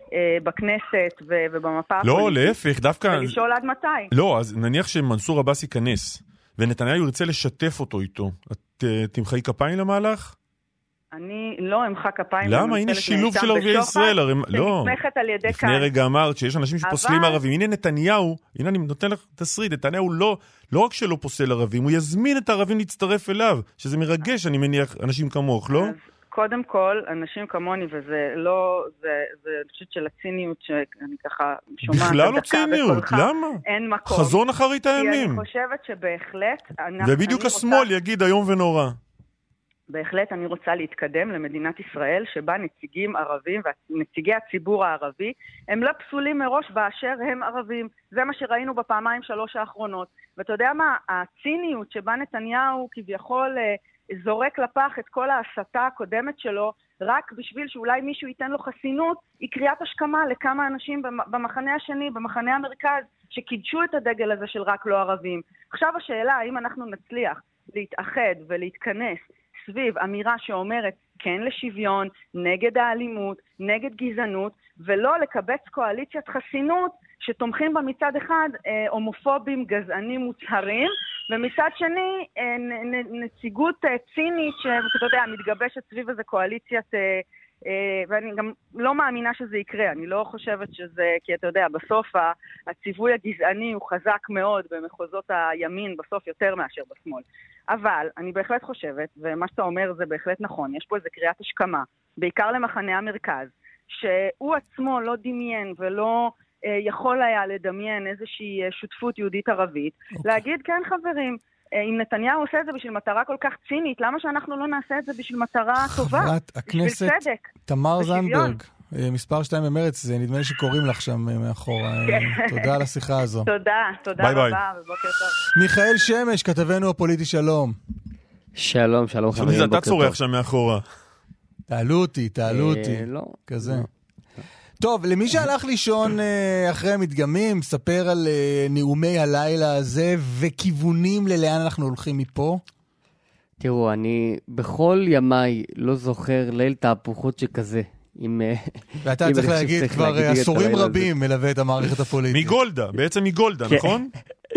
בכנסת ובמפה הפוליטית. לא, להפך, דווקא... ולשאול עד מתי. לא, אז נניח שמנסור עבאס ייכנס, ונתניהו ירצה לשתף אותו איתו. את תמחאי כפיים למהלך? אני לא אמחא כפיים. למה? הנה שילוב של ערביי ישראל. שנתמכת על ידי כאן. לפני רגע אמרת שיש אנשים שפוסלים ערבים. הנה נתניהו, הנה אני נותן לך תסריט, נתניהו לא רק שלא פוסל ערבים, הוא יזמין את הערבים להצטרף אליו, שזה מרגש, אני מניח, אנשים כמוך, לא? קודם כל, אנשים כמוני, וזה לא, זה אני חושבת של הציניות שאני ככה שומעת. בכלל לא ציניות, למה? אין מקום. חזון אחרית הימים. כי אני חושבת שבהחלט... ובדיוק השמאל יגיד היום ונורא. בהחלט אני רוצה להתקדם למדינת ישראל שבה נציגים ערבים ונציגי הציבור הערבי הם לא פסולים מראש באשר הם ערבים. זה מה שראינו בפעמיים 3 האחרונות. ואתה יודע מה? הציניות שבה נתניהו כביכול זורק לפח את כל ההסתה הקודמת שלו רק בשביל שאולי מישהו ייתן לו חסינות, היא קריאת השכמה לכמה אנשים במחנה השני, במחנה המרכז, שקידשו את הדגל הזה של רק לא ערבים. עכשיו השאלה, האם אנחנו נצליח להתאחד ולהתכנס סביב אמירה שאומרת כן לשוויון, נגד האלימות, נגד גזענות, ולא לקבץ קואליציית חסינות שתומכים בה מצד אחד הומופובים גזענים מוצהרים, ומצד שני נציגות צינית שאתה יודע, מתגבשת סביב איזה קואליציית, ואני גם לא מאמינה שזה יקרה, אני לא חושבת שזה, כי אתה יודע, בסוף הציווי הגזעני הוא חזק מאוד במחוזות הימין, בסוף יותר מאשר בשמאל. אבל אני בהחלט חושבת, ומה שאתה אומר זה בהחלט נכון, יש פה איזה קריאת השכמה, בעיקר למחנה המרכז, שהוא עצמו לא דמיין ולא יכול היה לדמיין איזושהי שותפות יהודית ערבית, להגיד כן חברים, אם נתניהו עושה את זה בשביל מטרה כל כך צינית, למה שאנחנו לא נעשה את זה בשביל מטרה טובה? חברת הכנסת תמר זנדברג, מספר 2 במרץ, זה נדמה לי שקוראים לך שם מאחורה. תודה על השיחה הזו. תודה רבה, ובוקר טוב. מיכאל שמש, כתבנו הפוליטי, שלום. שלום חברים, בוקר טוב. אתה צורח שם מאחורה. תעלו אותי. לא. כזה. טוב, למי שהלך לישון אחרי המדגמים, ספר על נאומי הלילה הזה וכיוונים ללאן אנחנו הולכים מפה. תראו, אני בכל ימיי לא זוכר ליל תהפוכות שכזה. ואתה צריך להגיד, כבר עשורים רבים מלווה את המערכת הפוליטית. בעצם מגולדה, נכון?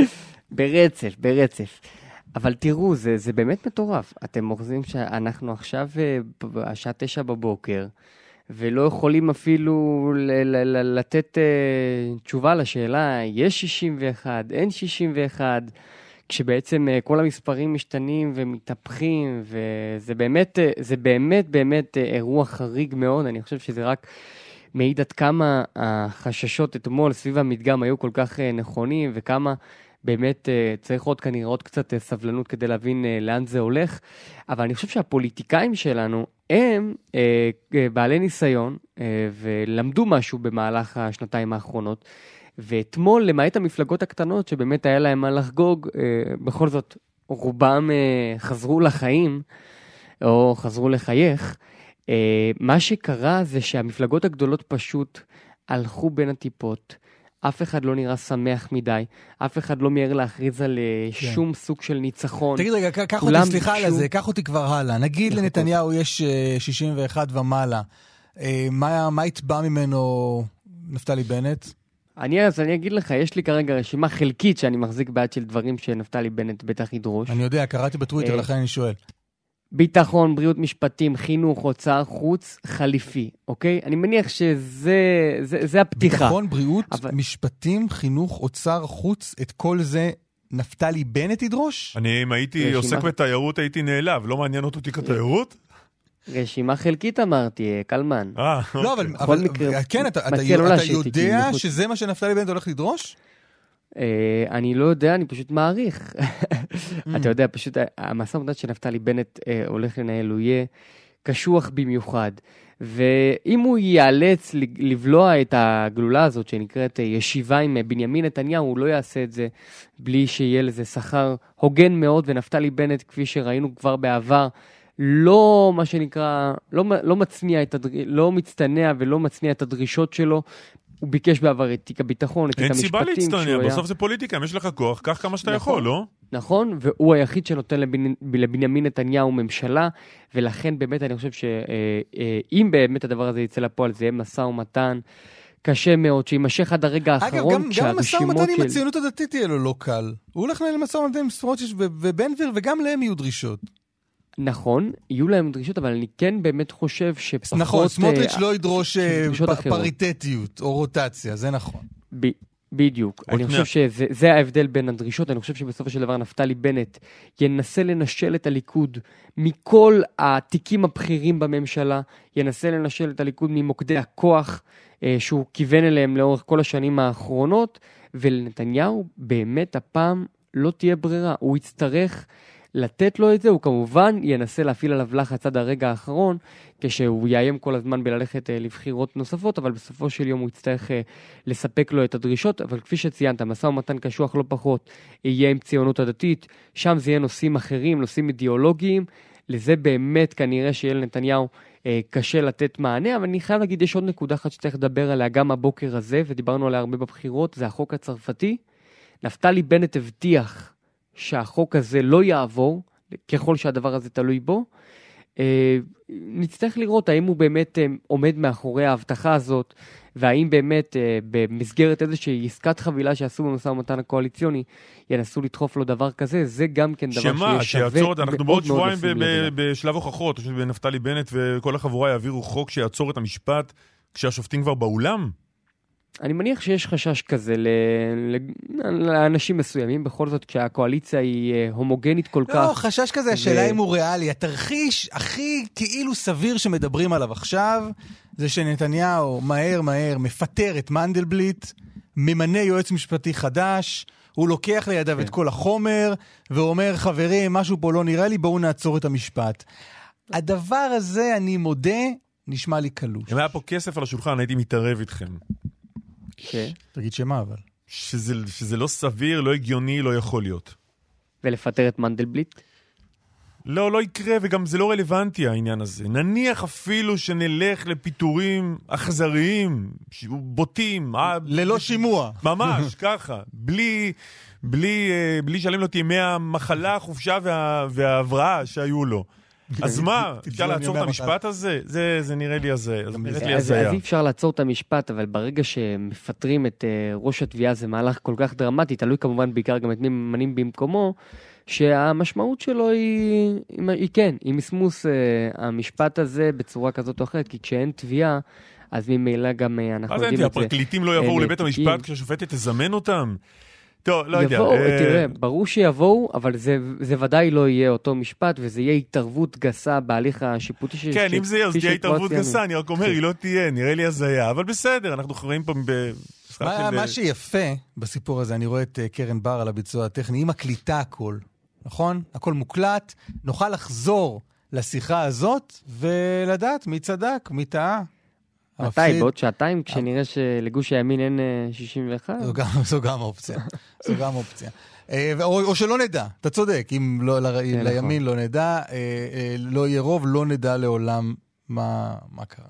ברצף. אבל תראו, זה באמת מטורף. אתם אוחזים שאנחנו עכשיו השעה 9 בבוקר, ולא יכולים אפילו לתת תשובה לשאלה, יש 61, אין 61, כשבעצם כל המספרים משתנים ומתהפכים, וזה באמת אירוע חריג מאוד. אני חושב שזה רק מעיד עד כמה החששות אתמול סביב המדגם היו כל כך נכונים, וכמה באמת צריך כנראה עוד קצת סבלנות כדי להבין לאן זה הולך. אבל אני חושב שהפוליטיקאים שלנו הם בעלי ניסיון ולמדו משהו במהלך השנתיים האחרונות, ואתמול למעט המפלגות הקטנות שבאמת היה להם מה לחגוג, בכל זאת רובם חזרו לחיים או חזרו לחייך. מה שקרה זה שהמפלגות הגדולות פשוט הלכו בין הטיפות, אף אחד לא נראה שמח מדי, אף אחד לא מהר להכריז על שום סוג של ניצחון. תגיד רגע, קח אותי, סליחה על זה, קח אותי כבר הלאה. נגיד לנתניהו יש 61 ומעלה. מה יתבע ממנו נפתלי בנט? אז אני אגיד לך, יש לי כרגע רשימה חלקית שאני מחזיק בעד של דברים שנפתלי בנט בטח ידרוש. אני יודע, קראתי בטוויטר, לכן אני שואל. ביטחון, בריאות, משפטים, חינוך, הוצאה חוץ, חליפי, אוקיי? אני מניח שזה הפתיחה. ביטחון, בריאות, משפטים, חינוך, הוצאה חוץ, את כל זה נפתלי בנט ידרוש? אם הייתי עוסק בתיירות הייתי נעלב, לא מעניין אותי כתיירות? רשימה חלקית אמרתי, קלמן. לא, אבל כן, אתה יודע שזה מה שנפתלי בנט הולך לדרוש? אני לא יודע, אני פשוט מעריך. אתה יודע, פשוט המשא ומתן שנפתלי בנט הולך לנהל, הוא יהיה קשוח במיוחד. ואם הוא ייאלץ לבלוע את הגלולה הזאת שנקראת ישיבה עם בנימין נתניהו, הוא לא יעשה את זה בלי שיהיה לזה שכר הוגן מאוד, ונפתלי בנט, כפי שראינו כבר בעבר, לא מה שנקרא, לא מצטנע ולא מצניע את הדרישות שלו. הוא ביקש בעבר את תיק הביטחון, את תיק המשפטים. אין סיבה להצטנע, בסוף זה פוליטיקה, אם יש לך כוח, קח כמה שאתה יכול, לא? נכון, והוא היחיד שנותן לבנימין נתניהו ממשלה, ולכן באמת אני חושב שאם באמת הדבר הזה יצא לפועל, זה יהיה משא ומתן קשה מאוד, שימשך עד הרגע האחרון. אגב, גם משא ומתן עם הציונות הדתית יהיה לו לא קל. הוא הולך לנהל משא ומתן עם סמוטריץ' ובן גביר, וגם להם יהיו דרישות. נכון, יהיו להם דרישות, אבל אני כן באמת חושב שפחות... נכון, סמוטריץ' לא ידרוש פריטטיות או רוטציה, זה נכון. בדיוק. אני חושב שזה ההבדל בין הדרישות. אני חושב שבסופו של דבר נפתלי בנט ינסה לנשל את הליכוד מכל התיקים הבכירים בממשלה, ינסה לנשל את הליכוד ממוקדי הכוח שהוא כיוון אליהם לאורך כל השנים האחרונות, ולנתניהו באמת הפעם לא תהיה ברירה. הוא יצטרך לתת לו את זה, הוא כמובן ינסה להפעיל עליו לחץ עד הרגע האחרון, כשהוא יאיים כל הזמן בללכת לבחירות נוספות, אבל בסופו של יום הוא יצטרך לספק לו את הדרישות, אבל כפי שציינת, משא ומתן קשוח לא פחות, יהיה עם ציונות הדתית, שם זה יהיה נושאים אחרים, נושאים אידיאולוגיים, לזה באמת כנראה שיהיה לנתניהו קשה לתת מענה, אבל אני חייב להגיד, יש עוד נקודה אחת שצריך לדבר עליה גם הבוקר הזה, ודיברנו עליה הרבה בבחירות, זה החוק הצרפתי. נפתלי בנט הבטיח שהחוק הזה לא יעבור, ככל שהדבר הזה תלוי בו. נצטרך לראות האם הוא באמת עומד מאחורי ההבטחה הזאת, והאם באמת במסגרת איזושהי עסקת חבילה שעשו במשא ומתן הקואליציוני, ינסו לדחוף לו דבר כזה, זה גם כן דבר שישווה מאוד מאוד. אנחנו בעוד שבועיים בשלב הוכחות, בנפתלי בנט וכל החבורה יעבירו חוק שיעצור את המשפט, כשהשופטים כבר באולם? אני מניח שיש חשש כזה לאנשים מסוימים, בכל זאת כשהקואליציה היא הומוגנית כל כך. לא, חשש כזה, השאלה אם הוא ריאלי. התרחיש הכי כאילו סביר שמדברים עליו עכשיו, זה שנתניהו מהר מפטר את מנדלבליט, ממנה יועץ משפטי חדש, הוא לוקח לידיו את כל החומר, ואומר, חברים, משהו פה לא נראה לי, בואו נעצור את המשפט. הדבר הזה, אני מודה, נשמע לי קלוש. אם היה פה כסף על השולחן, הייתי מתערב איתכם. תגיד שמה אבל? שזה לא סביר, לא הגיוני, לא יכול להיות. ולפטר את מנדלבליט? לא יקרה, וגם זה לא רלוונטי העניין הזה. נניח אפילו שנלך לפיטורים אכזריים, בוטים. ללא שימוע. ממש, ככה. בלי שלם לו את ימי המחלה, החופשה וההבראה שהיו לו. אז מה? אפשר לעצור את המשפט הזה? זה נראה לי הזיה. אז אי אפשר לעצור את המשפט, אבל ברגע שמפטרים את ראש התביעה, זה מהלך כל כך דרמטי, תלוי כמובן בעיקר גם את מי ממנים במקומו, שהמשמעות שלו היא מסמוס המשפט הזה בצורה כזאת או אחרת, כי כשאין תביעה, אז ממילא גם אנחנו יודעים את זה. הפרקליטים לא יבואו לבית המשפט כשהשופטת תזמן אותם? טוב, לא יודע. תראה, ברור שיבואו, אבל זה ודאי לא יהיה אותו משפט, וזה יהיה התערבות גסה בהליך השיפוטי. כן, אם זה יהיה התערבות גסה, אני רק אומר, היא לא תהיה, נראה לי הזיה, אבל בסדר, אנחנו חיים פה מה שיפה בסיפור הזה, אני רואה את קרן בר על הביצוע הטכני, היא מקליטה הכל, נכון? הכל מוקלט, נוכל לחזור לשיחה הזאת, ולדעת מי צדק, מי טעה. מתי? בעוד שעתיים, כשנראה שלגוש הימין אין 61? זו גם אופציה. זו גם אופציה. או שלא נדע, אתה צודק, אם לימין לא נדע, לא יהיה רוב, לא נדע לעולם מה קרה.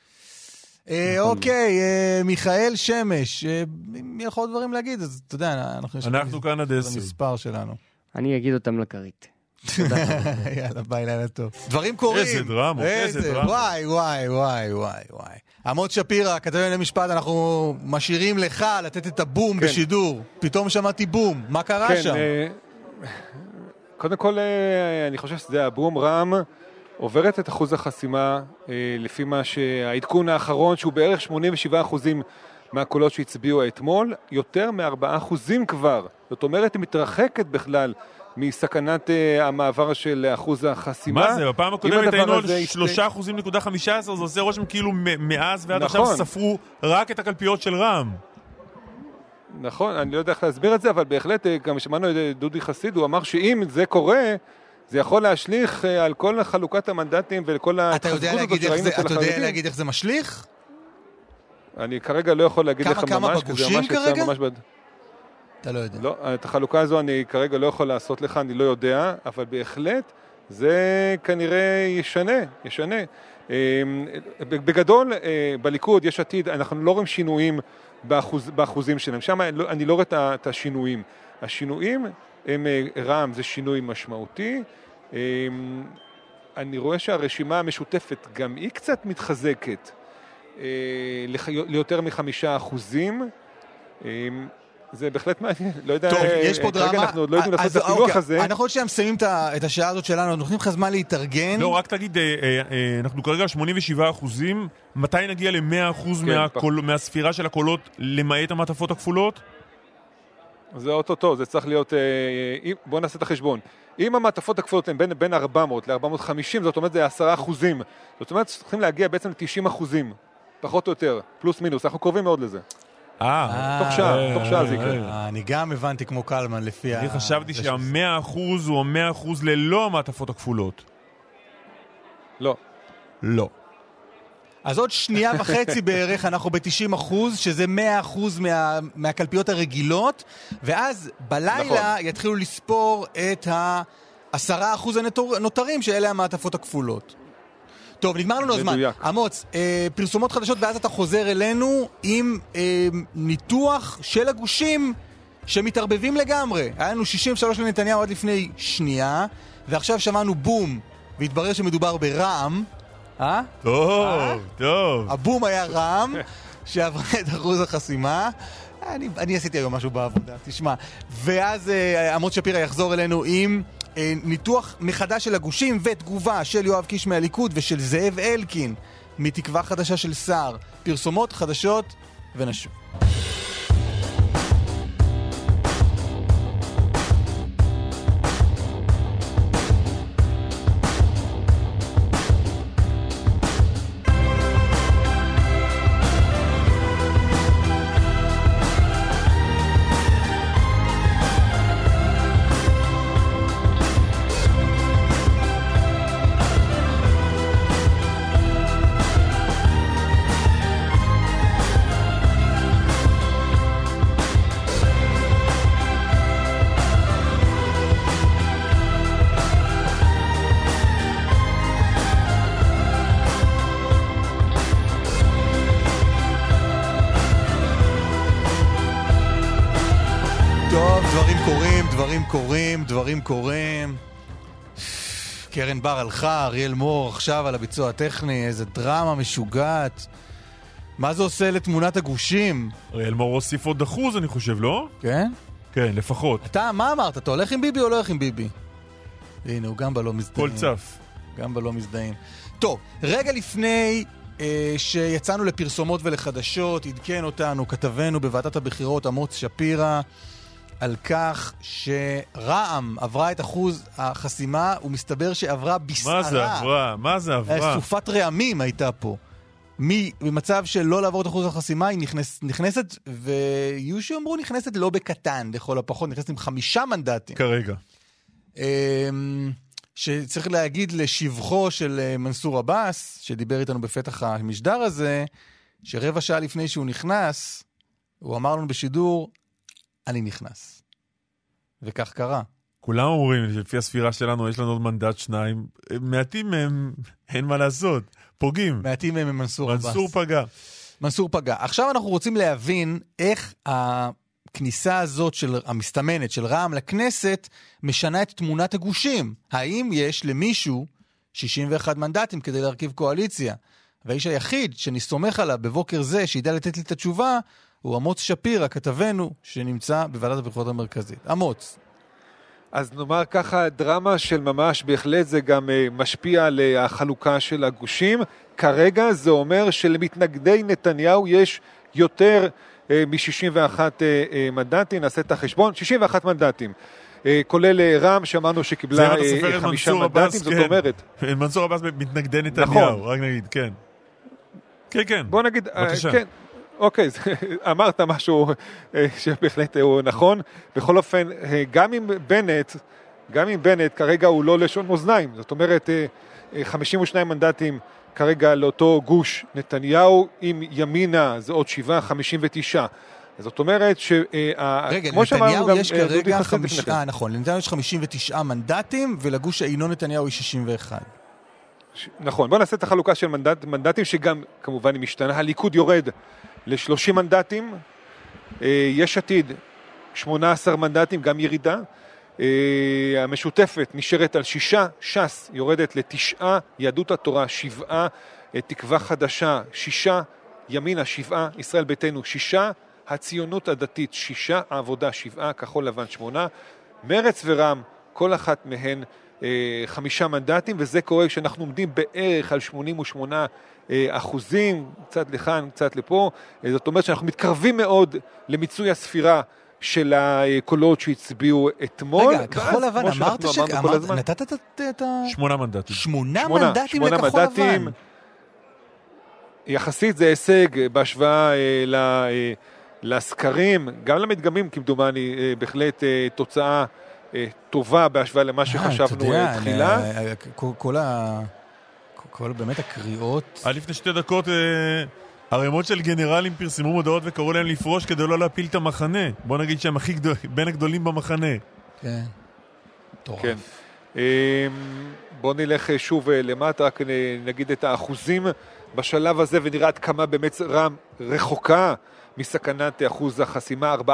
אוקיי, מיכאל שמש, אם יכול עוד דברים להגיד, אז אתה יודע, אנחנו כאן עד 10. המספר שלנו. אני אגיד אותם לקרית. יאללה, ביי, לילה טוב. דברים קורים. איזה דרמה, איזה דרמה. וואי. עמוד שפירא, כתב לענייני משפט, אנחנו משאירים לך לתת את הבום בשידור. פתאום שמעתי בום. מה קרה שם? קודם כל, אני חושב שזה הבום רם עוברת את אחוז החסימה, לפי מה שהעדכון האחרון, שהוא בערך 87% מהקולות שהצביעו אתמול, יותר מ4% כבר. זאת אומרת, היא מתרחקת בכלל מסכנת המעבר של אחוז החסימה. מה זה? בפעם הקודמת היינו על 3.15%, זה עושה רושם כאילו מאז ועד עכשיו ספרו רק את הקלפיות של רע"מ. נכון, אני לא יודע איך להסביר את זה, אבל בהחלט גם שמענו את דודי חסיד, הוא אמר שאם זה קורה, זה יכול להשליך על כל חלוקת המנדטים ולכל ההתחזקות הזאת שראינו של החרדים. אתה יודע להגיד איך זה משליך? אני כרגע לא יכול להגיד לך ממש. כמה בגושים כרגע? אתה לא יודע. לא, את החלוקה הזו אני כרגע לא יכול לעשות לך, אני לא יודע, אבל בהחלט זה כנראה ישנה. בגדול, בליכוד, יש עתיד, אנחנו לא רואים שינויים באחוזים שלהם. שם אני לא רואה את השינויים. השינויים הם רע"מ, זה שינוי משמעותי. אני רואה שהרשימה המשותפת גם היא קצת מתחזקת ליותר מ5%. זה בהחלט מעניין, לא יודע, טוב, יש פה דרמה, אנחנו עוד לא יודעים לעשות את הפילוח הזה. אנחנו עוד מסיימים את השעה הזאת שלנו, אנחנו נותנים לך זמן להתארגן. לא, רק תגיד, אנחנו כרגע 87%, מתי נגיע ל100% מהספירה של הקולות למעט המעטפות הכפולות? זה אוטוטו, זה צריך להיות, בוא נעשה את החשבון. אם המעטפות הכפולות הן בין 400 ל-450, זאת אומרת זה 10%. זאת אומרת צריכים להגיע בעצם ל90%, פחות או יותר, פלוס מינוס, אנחנו קרובים מאוד לזה. תוך שעה זה יקרה. אני גם הבנתי כמו קלמן לפי אני חשבתי שה100% הוא 100% ללא המעטפות הכפולות. לא. אז עוד שנייה וחצי בערך אנחנו ב-90%, שזה 100% מהקלפיות הרגילות, ואז בלילה יתחילו לספור את 10% הנותרים שאלה המעטפות הכפולות. טוב, נגמר לנו הזמן. עמוץ, פרסומות חדשות ואז אתה חוזר אלינו עם ניתוח של הגושים שמתערבבים לגמרי. היה לנו 63 לנתניהו עד לפני שנייה, ועכשיו שמענו בום, והתברר שמדובר ברע"מ. טוב. הבום היה רע"מ, שעברה את אחוז החסימה. אני עשיתי היום משהו בעבודה, תשמע. ואז עמוץ שפירא יחזור אלינו עם ניתוח מחדש של הגושים ותגובה של יואב קיש מהליכוד ושל זאב אלקין מתקווה חדשה של שר. פרסומות חדשות ונשוב. דברים קורים. קרן בר הלכה, אריאל מור עכשיו על הביצוע הטכני, איזה דרמה משוגעת. מה זה עושה לתמונת הגושים? אריאל מור הוסיף עוד 1%, אני חושב, לא? כן? כן, לפחות. אתה, מה אמרת? אתה הולך עם ביבי או לא הולך עם ביבי? הנה, הוא גם בלא מזדהים. כל צף. גם בלא מזדהים. טוב, רגע לפני שיצאנו לפרסומות ולחדשות, עדכן אותנו כתבנו בוועדת הבחירות עמוץ שפירא, על כך שרע"מ עברה את אחוז החסימה, ומסתבר שעברה בסערה. מה זה עברה? סופת רעמים הייתה פה. ממצב של לא לעבור את אחוז החסימה, היא נכנסת, ויהיו שאומרו נכנסת לא בקטן, לכל הפחות, נכנסת עם 5 מנדטים. כרגע. שצריך להגיד לשבחו של מנסור עבאס, שדיבר איתנו בפתח המשדר הזה, שרבע שעה לפני שהוא נכנס, הוא אמר לנו בשידור, אני נכנס. וכך קרה. כולם אומרים, לפי הספירה שלנו, יש לנו עוד מנדט 2. מעטים מהם, אין מה לעשות. פוגעים. מעטים מהם הם מנסור עבאס. מנסור פגע. עכשיו אנחנו רוצים להבין איך הכניסה הזאת המסתמנת של רע"מ לכנסת, משנה את תמונת הגושים. האם יש למישהו 61 מנדטים כדי להרכיב קואליציה? והאיש היחיד שנסתומך עליו בבוקר זה, שידע לתת לי את התשובה, הוא עמוץ שפירא, כתבנו, שנמצא בוועדת הבחירות המרכזית. עמוץ. אז נאמר ככה, דרמה של ממש, בהחלט זה גם משפיע על החלוקה של הגושים. כרגע זה אומר שלמתנגדי נתניהו יש יותר מ-61 מנדטים, נעשה את החשבון, 61 מנדטים. כולל רם, שאמרנו שקיבלה 5 מנדטים, זאת אומרת. מנסור עבאס מתנגדי נתניהו, רק נגיד, כן. כן, כן. בוא נגיד, כן. אוקיי, אמרת משהו שבהחלט הוא נכון. בכל אופן, גם עם בנט, כרגע הוא לא לשון מאזניים. זאת אומרת, 52 מנדטים כרגע לאותו גוש נתניהו, עם ימינה זה עוד 7, 59. זאת אומרת ש... רגע, לנתניהו יש כרגע נכון, לנתניהו יש 59 מנדטים, ולגוש אינו נתניהו היא 61. נכון, בוא נעשה את החלוקה של מנדטים, שגם כמובן היא משתנה. הליכוד יורד ל-30 מנדטים, יש עתיד 18 מנדטים, גם ירידה. המשותפת נשארת על 6, ש"ס יורדת ל9, יהדות התורה 7, תקווה חדשה 6, ימינה 7, ישראל ביתנו 6, הציונות הדתית 6, העבודה 7, כחול לבן 8, מרץ ורם, כל אחת מהן 5 מנדטים, וזה קורה כשאנחנו עומדים בערך על 88%, קצת לכאן, קצת לפה. זאת אומרת שאנחנו מתקרבים מאוד למיצוי הספירה של הקולות שהצביעו אתמול. רגע, כחול לבן, אמרת נתת את 8 מנדטים. 8 מנדטים לכחול לבן. יחסית זה הישג בהשוואה לסקרים, גם למדגמים כמדומני, בהחלט תוצאה טובה בהשוואה למה שחשבנו תחילה. כל באמת הקריאות. לפני 2 דקות הרמות של גנרלים פרסמו מודעות וקראו להם לפרוש כדי לא להפיל את המחנה. בוא נגיד שהם בין הגדולים במחנה. כן. טוב. כן. בוא נלך שוב למטה, רק נגיד את האחוזים בשלב הזה, ונראה עד כמה באמת רם רחוקה מסכנת אחוז החסימה, 4%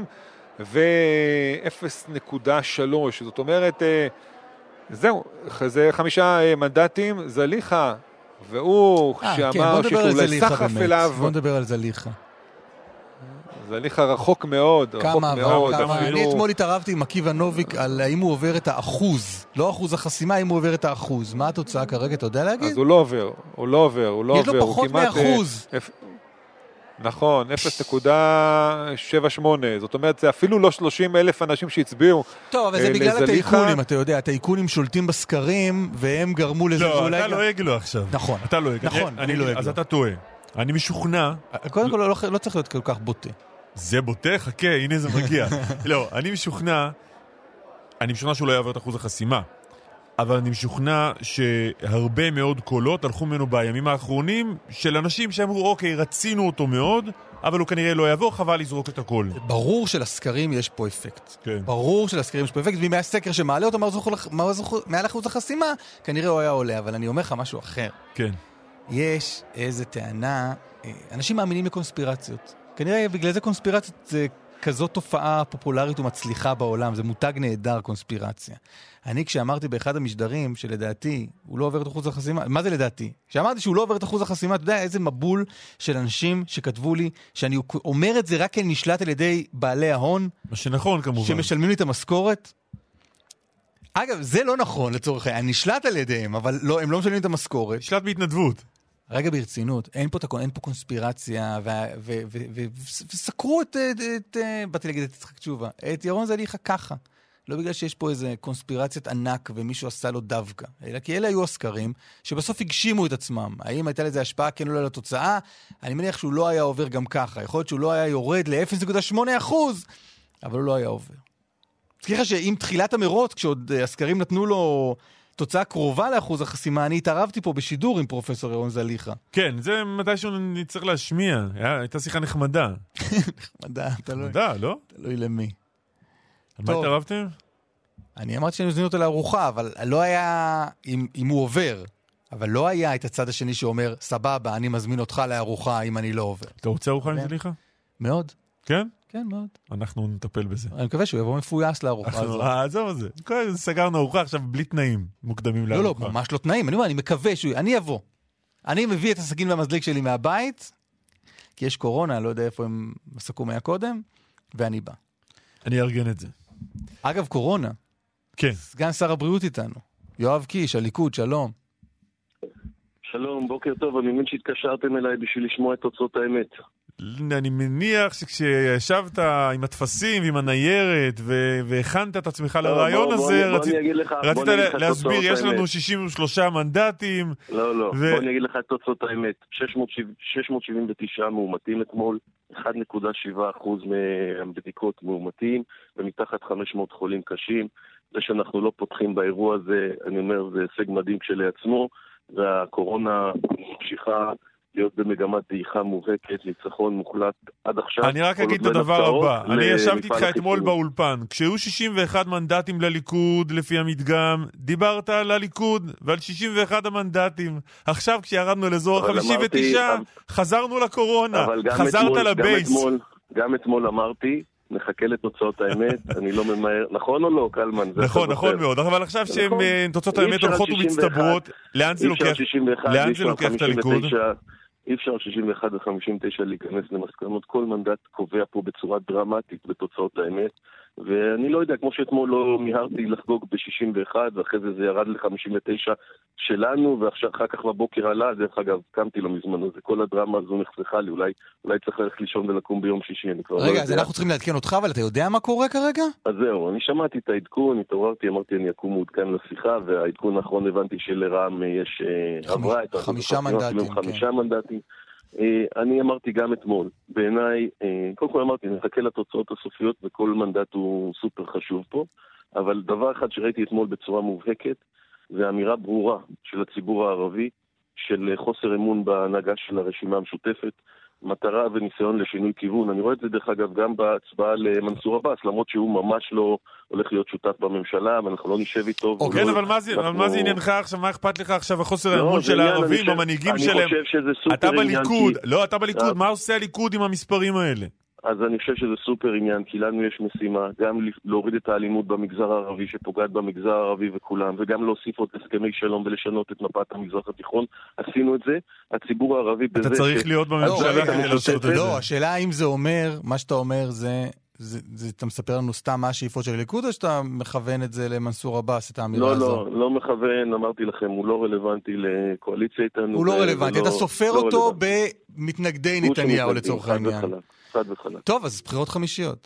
ו-0.3, זאת אומרת, זהו, זה 5 מנדטים, זליכה, והוא שאמר שיש אולי סחף אליו. בוא נדבר על זליכה. זליכה רחוק מאוד, רחוק מאוד. אני אתמול התערבתי עם עקיבא נוביק על האם הוא עובר את האחוז, לא אחוז החסימה, אם הוא עובר את האחוז. מה התוצאה כרגע, אתה יודע להגיד? אז הוא לא עובר, הוא לא עובר. יש לו פחות מאחוז. נכון, 0.78, זאת אומרת, זה אפילו לא 30,000 אנשים שהצביעו לזליכה. טוב, אבל זה בגלל הטייקונים, אתה יודע, הטייקונים שולטים בסקרים, והם גרמו לזה. לא, אתה לא יגלו עכשיו. נכון. אתה לא יגלו. נכון, אני לא יגלו. אז אתה טועה. אני משוכנע. קודם כל, לא צריך להיות כל כך בוטה. זה בוטה? חכה, הנה זה מגיע. לא, אני משוכנע שהוא לא יעבור את אחוז החסימה. אבל אני משוכנע שהרבה מאוד קולות הלכו ממנו בימים האחרונים של אנשים שאמרו, אוקיי, רצינו אותו מאוד, אבל הוא כנראה לא יעבור, חבל לזרוק את הכל. ברור שלסקרים יש פה אפקט. כן. ברור שלסקרים יש פה אפקט, ואם היה סקר שמעלה אותו מעל אחוז החסימה, כנראה הוא היה עולה, אבל אני אומר לך משהו אחר. כן. יש איזו טענה, אנשים מאמינים לקונספירציות. כנראה בגלל זה קונספירציות זה כזאת תופעה פופולרית ומצליחה בעולם, זה מותג נהדר קונספירציה. אני כשאמרתי באחד המשדרים שלדעתי הוא לא עובר את אחוז החסימה, מה זה לדעתי? כשאמרתי שהוא לא עובר את אחוז החסימה, אתה יודע איזה מבול של אנשים שכתבו לי שאני אומר את זה רק כי נשלט על ידי בעלי ההון. מה שנכון כמובן. שמשלמים לי את המשכורת. אגב, זה לא נכון לצורך העניין, אני נשלט על ידיהם, אבל לא, הם לא משלמים את המשכורת. נשלט בהתנדבות. רגע ברצינות, אין פה קונספירציה, וסקרו באתי להגיד את יצחק תשובה, את ירון זליכה ככה. לא בגלל שיש פה איזה קונספירציית ענק ומישהו עשה לו דווקא, אלא כי אלה היו הסקרים שבסוף הגשימו את עצמם. האם הייתה לזה השפעה כן או לא לתוצאה? אני מניח שהוא לא היה עובר גם ככה. יכול להיות שהוא לא היה יורד ל-0.8%, אבל הוא לא היה עובר. תזכירה שעם תחילת המרוץ, כשעוד הסקרים נתנו לו תוצאה קרובה לאחוז החסימה, אני התערבתי פה בשידור עם פרופסור ירון זליכה. כן, זה מתישהו נצטרך להשמיע. הייתה שיחה נחמדה. נחמדה, נחמדה, לא? תלוי למי. על מה התערבתם? אני אמרתי שאני מזמין אותו לארוחה, אבל לא היה, אם הוא עובר, אבל לא היה את הצד השני שאומר, סבבה, אני מזמין אותך לארוחה אם אני לא עובר. אתה רוצה ארוחה עם זליכה? מאוד. כן? כן, מאוד. אנחנו נטפל בזה. אני מקווה שהוא יבוא מפויס לארוחה הזאת. עזוב את זה. סגרנו ארוחה עכשיו בלי תנאים מוקדמים לארוחה. לא, ממש לא תנאים. אני מקווה אני אבוא. אני מביא את הסכין והמזליק שלי מהבית, כי יש קורונה, אני לא יודע איפה הם מסקו מהקודם, ואני בא. אני ארגן את זה. אגב, קורונה. כן. סגן שר הבריאות איתנו. יואב קיש, הליכוד, שלום. שלום, בוקר טוב. אני מבין שהתקשרתם אליי בשביל לשמוע את תוצאות האמת. אני מניח שכשישבת עם התפסים ועם הניירת והכנת את עצמך לרעיון הזה, רצית להסביר, יש לנו 63 מנדטים. לא, בוא אני אגיד לך את תוצאות האמת. 679 מאומתים אתמול, 1.7% מהבדיקות מאומתים, ומתחת 500 חולים קשים. זה שאנחנו לא פותחים באירוע הזה, אני אומר, זה הישג מדהים כשלעצמו, והקורונה ממשיכה להיות במגמת דעיכה מובהקת, ניצחון מוחלט עד עכשיו. אני רק אגיד את הדבר הבא, אני ישבתי איתך אתמול באולפן, כשהיו 61 מנדטים לליכוד לפי המדגם, דיברת על הליכוד ועל 61 המנדטים. עכשיו כשירדנו לאזור 59, חזרנו לקורונה, חזרת לבייס. גם אתמול אמרתי, נחכה לתוצאות האמת, אני לא ממהר, נכון או לא, קלמן? נכון מאוד, אבל עכשיו שתוצאות האמת הולכות ומצטברות, לאן זה לוקח את הליכוד? אי אפשר 61 ו-59 להיכנס למסקנות, כל מנדט קובע פה בצורה דרמטית בתוצאות האמת, ואני לא יודע, כמו שאתמול לא מיהרתי לחגוג ב-61, ואחרי זה ירד ל-59 שלנו, ואחר כך בבוקר עלה, דרך אגב, קמתי לו מזמן, אז כל הדרמה הזו נחסכה לי, אולי צריך ללכת לישון ולקום ביום שישי. רגע, אז אנחנו צריכים לעדכן אותך, אבל אתה יודע מה קורה כרגע? אז זהו, אני שמעתי את העדכון, התעוררתי, אמרתי אני אקום מעודכן לשיחה, והעדכון האחרון הבנתי שלרע"מ יש עברה את 5 מנדטים. אני אמרתי גם אתמול, בעיניי, קודם כל אמרתי, נחכה לתוצאות הסופיות וכל מנדט הוא סופר חשוב פה, אבל דבר אחד שראיתי אתמול בצורה מובהקת, זה אמירה ברורה של הציבור הערבי, של חוסר אמון בהנהגה של הרשימה המשותפת, מטרה וניסיון לשינוי כיוון. אני רואה את זה דרך אגב גם בהצבעה למנסור עבאס, למרות שהוא ממש לא הולך להיות שותף בממשלה, ואנחנו לא נשב איתו. כן, אבל מה זה עניינך עכשיו? מה אכפת לך עכשיו החוסר האמון של הערבים, המנהיגים שלהם? אני חושב שזה סופר עניין. אתה בליכוד, מה עושה הליכוד עם המספרים האלה? אז אני חושב שזה סופר עניין, כי לנו יש משימה גם להוריד את האלימות במגזר הערבי שפוגעת במגזר הערבי וכולם, וגם להוסיף עוד הסכמי שלום ולשנות את מפת המזרח התיכון. עשינו את זה, הציבור הערבי בזה... אתה צריך להיות בממשלה כדי לעשות את זה. לא, השאלה האם זה אומר, מה שאתה אומר זה... אתה מספר לנו סתם מה השאיפות של הליכוד, או שאתה מכוון את זה למנסור עבאס, את האמירה הזו? לא מכוון, אמרתי לכם, הוא לא רלוונטי לקואליציה איתנו. הוא לא רלוונטי, אתה סופר אותו במתנגדי נתניהו לצורך העניין. טוב, אז בחירות חמישיות.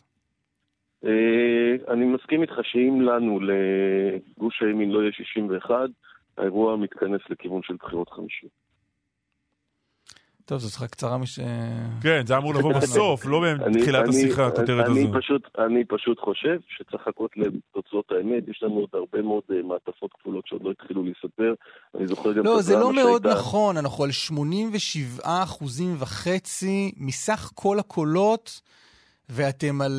אני מסכים איתך שאם לנו לגוש הימין לא יהיה 61, האירוע מתכנס לכיוון של בחירות חמישיות. טוב, זו שיחה קצרה כן, זה אמור לבוא בסוף, לא בתחילת השיחה, הכותרת הזו. אני פשוט חושב שצריך לחכות לתוצאות האמת, יש לנו עוד הרבה מאוד מעטפות כפולות שעוד לא התחילו להספר, אני זוכר גם... לא, זה לא מאוד נכון, אנחנו על 87.5% מסך כל הקולות, ואתם על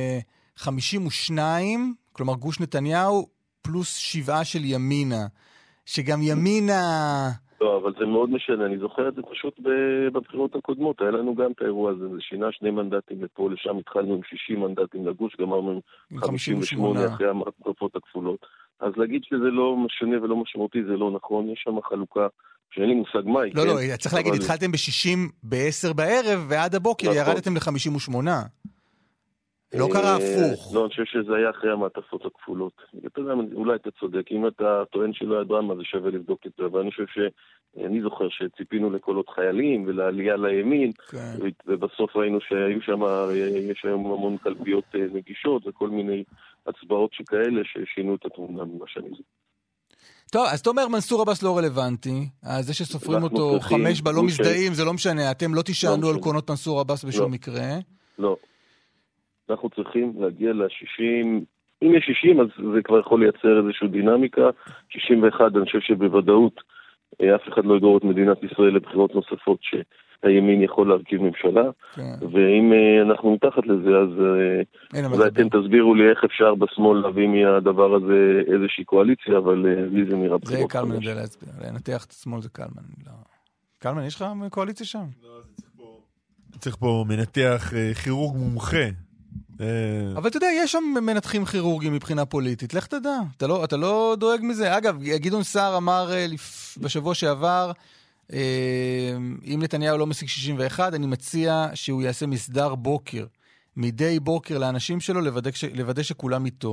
52, כלומר גוש נתניהו, פלוס 7 של ימינה, שגם ימינה... לא, אבל זה מאוד משנה, אני זוכר את זה פשוט בבחירות הקודמות, היה לנו גם את האירוע הזה, זה שינה 2 מנדטים לפה, לשם התחלנו עם 60 מנדטים לגוש, גמרנו עם 58 אחרי המעטפות הכפולות. אז להגיד שזה לא משנה ולא משמעותי, זה לא נכון, יש שם חלוקה שאין לי מושג מהי. לא, צריך להגיד, התחלתם ב-60 ב-10 בערב, ועד הבוקר ירדתם ל-58. לא קרה הפוך. לא, אני חושב שזה היה אחרי המעטפות הכפולות. אתה יודע, אולי אתה צודק, אם אתה טוען שלא היה דרמה, זה שווה לבדוק את זה, אבל אני חושב שאני זוכר שציפינו לקולות חיילים ולעלייה לימין, ובסוף ראינו שהיו שם, יש היום המון קלפיות נגישות וכל מיני הצבעות שכאלה ששינו את התמונה ממה שאני זוכר. טוב, אז אתה אומר מנסור עבאס לא רלוונטי, אז זה שסופרים אותו 5 בלא מזדהים, זה לא משנה, אתם לא תישענו על קונות מנסור עבאס בשום מקרה. לא. אנחנו צריכים להגיע ל-60, אם יש 60 אז זה כבר יכול לייצר איזושהי דינמיקה, 61 אני חושב שבוודאות אף אחד לא יגרור את מדינת ישראל לבחירות נוספות שהימין יכול להרכיב ממשלה, ואם אנחנו מתחת לזה אז אולי אתם תסבירו לי איך אפשר בשמאל להביא מהדבר הזה איזושהי קואליציה, אבל לי זה נראה בחירות. זה קלמן יודע להסביר, לנתח את השמאל זה קלמן. קלמן, יש לך קואליציה שם? לא, צריך פה מנתח כירורג מומחה. אבל אתה יודע, יש שם מנתחים כירורגים מבחינה פוליטית, לך תדע, אתה לא דואג מזה. אגב, גדעון סער אמר בשבוע שעבר, אם נתניהו לא משיג 61, אני מציע שהוא יעשה מסדר בוקר, מדי בוקר לאנשים שלו, לוודא שכולם איתו.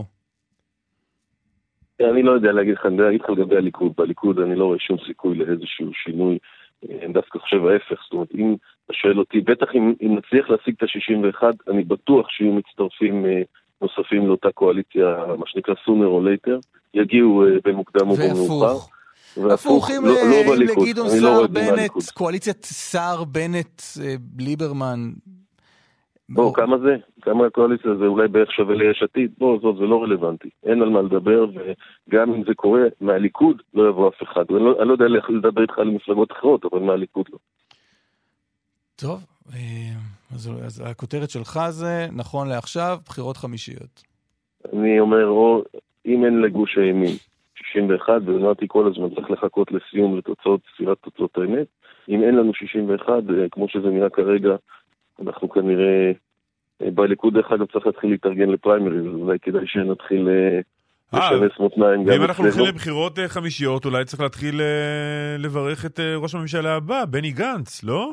אני לא יודע להגיד לך, אני אגיד לך לגבי הליכוד. בליכוד אני לא רואה שום סיכוי לאיזשהו שינוי, אני דווקא חושב ההפך, זאת אומרת, אם שואל אותי, בטח אם נצליח להשיג את ה-61, אני בטוח שיהיו מצטרפים נוספים לאותה קואליציה, מה שנקרא sooner or later, יגיעו במוקדם או במאוחר. הפוכים לגדעון סער בנט, קואליציית סער בנט ליברמן. בואו, כמה זה? כמה הקואליציה זה אולי בערך שווה ליש עתיד? בואו, זה לא רלוונטי. אין על מה לדבר, וגם אם זה קורה, מהליכוד לא יבוא אף אחד. אני לא יודע לדבר איתך על מפלגות אחרות, אבל מהליכוד לא. טוב, אז הכותרת שלך זה, נכון לעכשיו, בחירות חמישיות. אני אומר, אם אין לגוש הימין 61, ואמרתי כל הזמן, צריך לחכות לסיום לתוצאות, ספירת תוצאות האמת. אם אין לנו 61, כמו שזה נראה כרגע, אנחנו כנראה, בליכוד אחד צריך להתחיל להתארגן לפריימריז, אולי כדאי שנתחיל לשנס מותניים. ואם אנחנו הולכים לבחירות חמישיות, אולי צריך להתחיל לברך את ראש הממשלה הבא, בני גנץ, לא?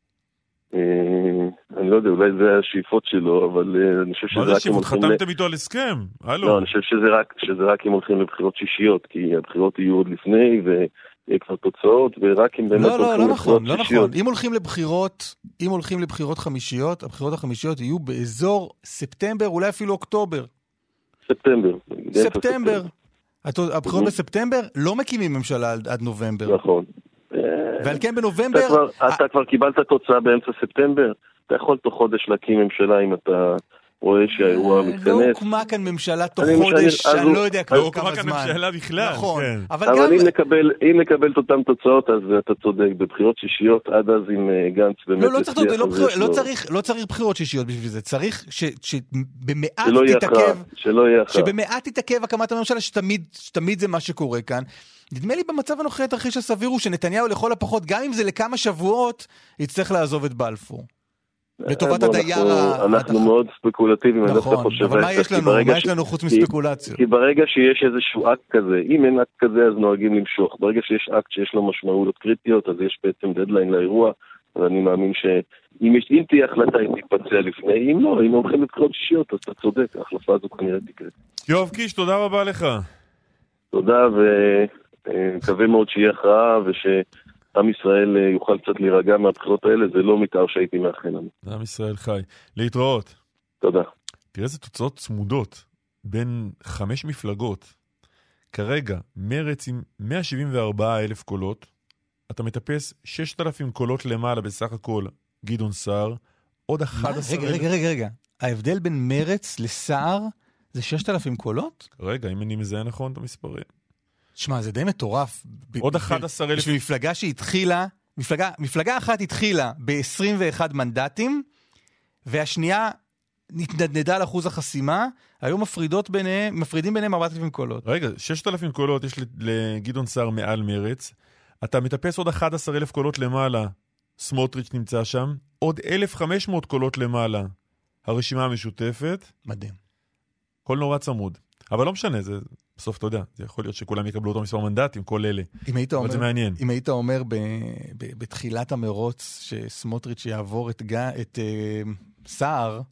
אני לא יודע, אולי זה השאיפות שלו, אבל אני חושב שזה רק... מה זה שאיפות? חתמתם איתו על הסכם? לא, אני חושב שזה רק אם הולכים לבחירות שישיות, כי הבחירות יהיו עוד לפני, ויהיה כבר תוצאות, ורק אם באמת הולכים לבחירות שישיות. אם הולכים לבחירות חמישיות, הבחירות החמישיות יהיו באזור ספטמבר, אולי אפילו אוקטובר. ספטמבר. הבחירות בספטמבר לא מקימים ממשלה עד נובמבר. נכון. ועל כן בנובמבר... אתה כבר קיבלת תוצאה באמצע ספטמבר, אתה יכול תוך חודש להקים ממשלה אם אתה רואה שהאירוע מתכנס. לא הוקמה כאן ממשלה תוך חודש, אני לא יודע כמה זמן. לא הוקמה כאן ממשלה בכלל. נכון. אבל אם נקבל את אותם תוצאות, אז אתה צודק, בבחירות שישיות, עד אז עם גנץ באמת... לא צריך בחירות שישיות בשביל זה, צריך שבמעט תתעכב הקמת הממשלה, שתמיד זה מה שקורה כאן. נדמה לי במצב הנוכחי התרחיש הסביר הוא שנתניהו לכל הפחות, גם אם זה לכמה שבועות, יצטרך לעזוב את בלפור. לטובת הדייר... אנחנו מאוד ספקולטיביים. נכון, אבל מה יש לנו? מה יש לנו חוץ מספקולציות? כי ברגע שיש איזשהו אקט כזה, אם אין אקט כזה אז נוהגים למשוך. ברגע שיש אקט שיש לו משמעויות קריטיות, אז יש בעצם דדליין לאירוע, ואני מאמין שאם תהיה החלטה היא תתבצע לפני, אם לא, אם הולכים לבחירות שישיות, אז אתה צודק, ההחלפה הזו כנראה תקרה. יואב קיש, תודה רבה לך. תודה, מקווה מאוד שיהיה הכרעה ושעם ישראל יוכל קצת להירגע מהבחירות האלה, זה לא מתאר שהייתי מאחל לנו. עם ישראל חי. להתראות. תודה. תראה איזה תוצאות צמודות בין 5 מפלגות. כרגע מרץ עם 174,000 קולות, אתה מטפס 6,000 קולות למעלה בסך הכל גדעון סער, עוד 11,000... רגע. ההבדל בין מרץ לסער זה 6,000 קולות? רגע, אם אני מזהה נכון את המספרים. שמע, זה די מטורף. עוד 11,000... בשביל מפלגה שהתחילה, מפלגה אחת התחילה ב-21 מנדטים, והשנייה נתנדנדה על אחוז החסימה, היו מפרידים ביניהם 4,000 קולות. רגע, 6,000 קולות יש לגדעון סער מעל מרץ, אתה מטפס עוד 11,000 קולות למעלה, סמוטריץ' נמצא שם, עוד 1,500 קולות למעלה, הרשימה המשותפת. מדהים. כל נורא צמוד. אבל לא משנה, זה בסוף אתה יודע, זה יכול להיות שכולם יקבלו אותו מספר מנדטים, כל אלה. אבל זה מעניין. אם היית אומר בתחילת המרוץ שסמוטריץ' יעבור את סער,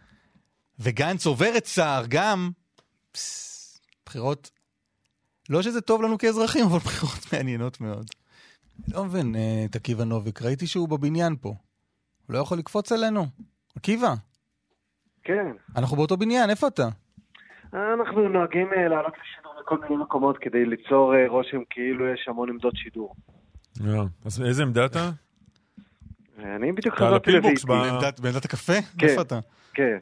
וגנץ עובר את סער גם, בחירות, לא שזה טוב לנו כאזרחים, אבל בחירות מעניינות מאוד. לא מבין, את עקיבא נוביק, ראיתי שהוא בבניין פה. הוא לא יכול לקפוץ עלינו. עקיבא. כן. אנחנו באותו בניין, איפה אתה? אנחנו נוהגים לעלות לשידור בכל מיני מקומות כדי ליצור רושם כאילו יש המון עמדות שידור. אז איזה עמדה אתה? אני בדיוק חזרתי לביתי. בעמדת הקפה? איפה אתה? כן.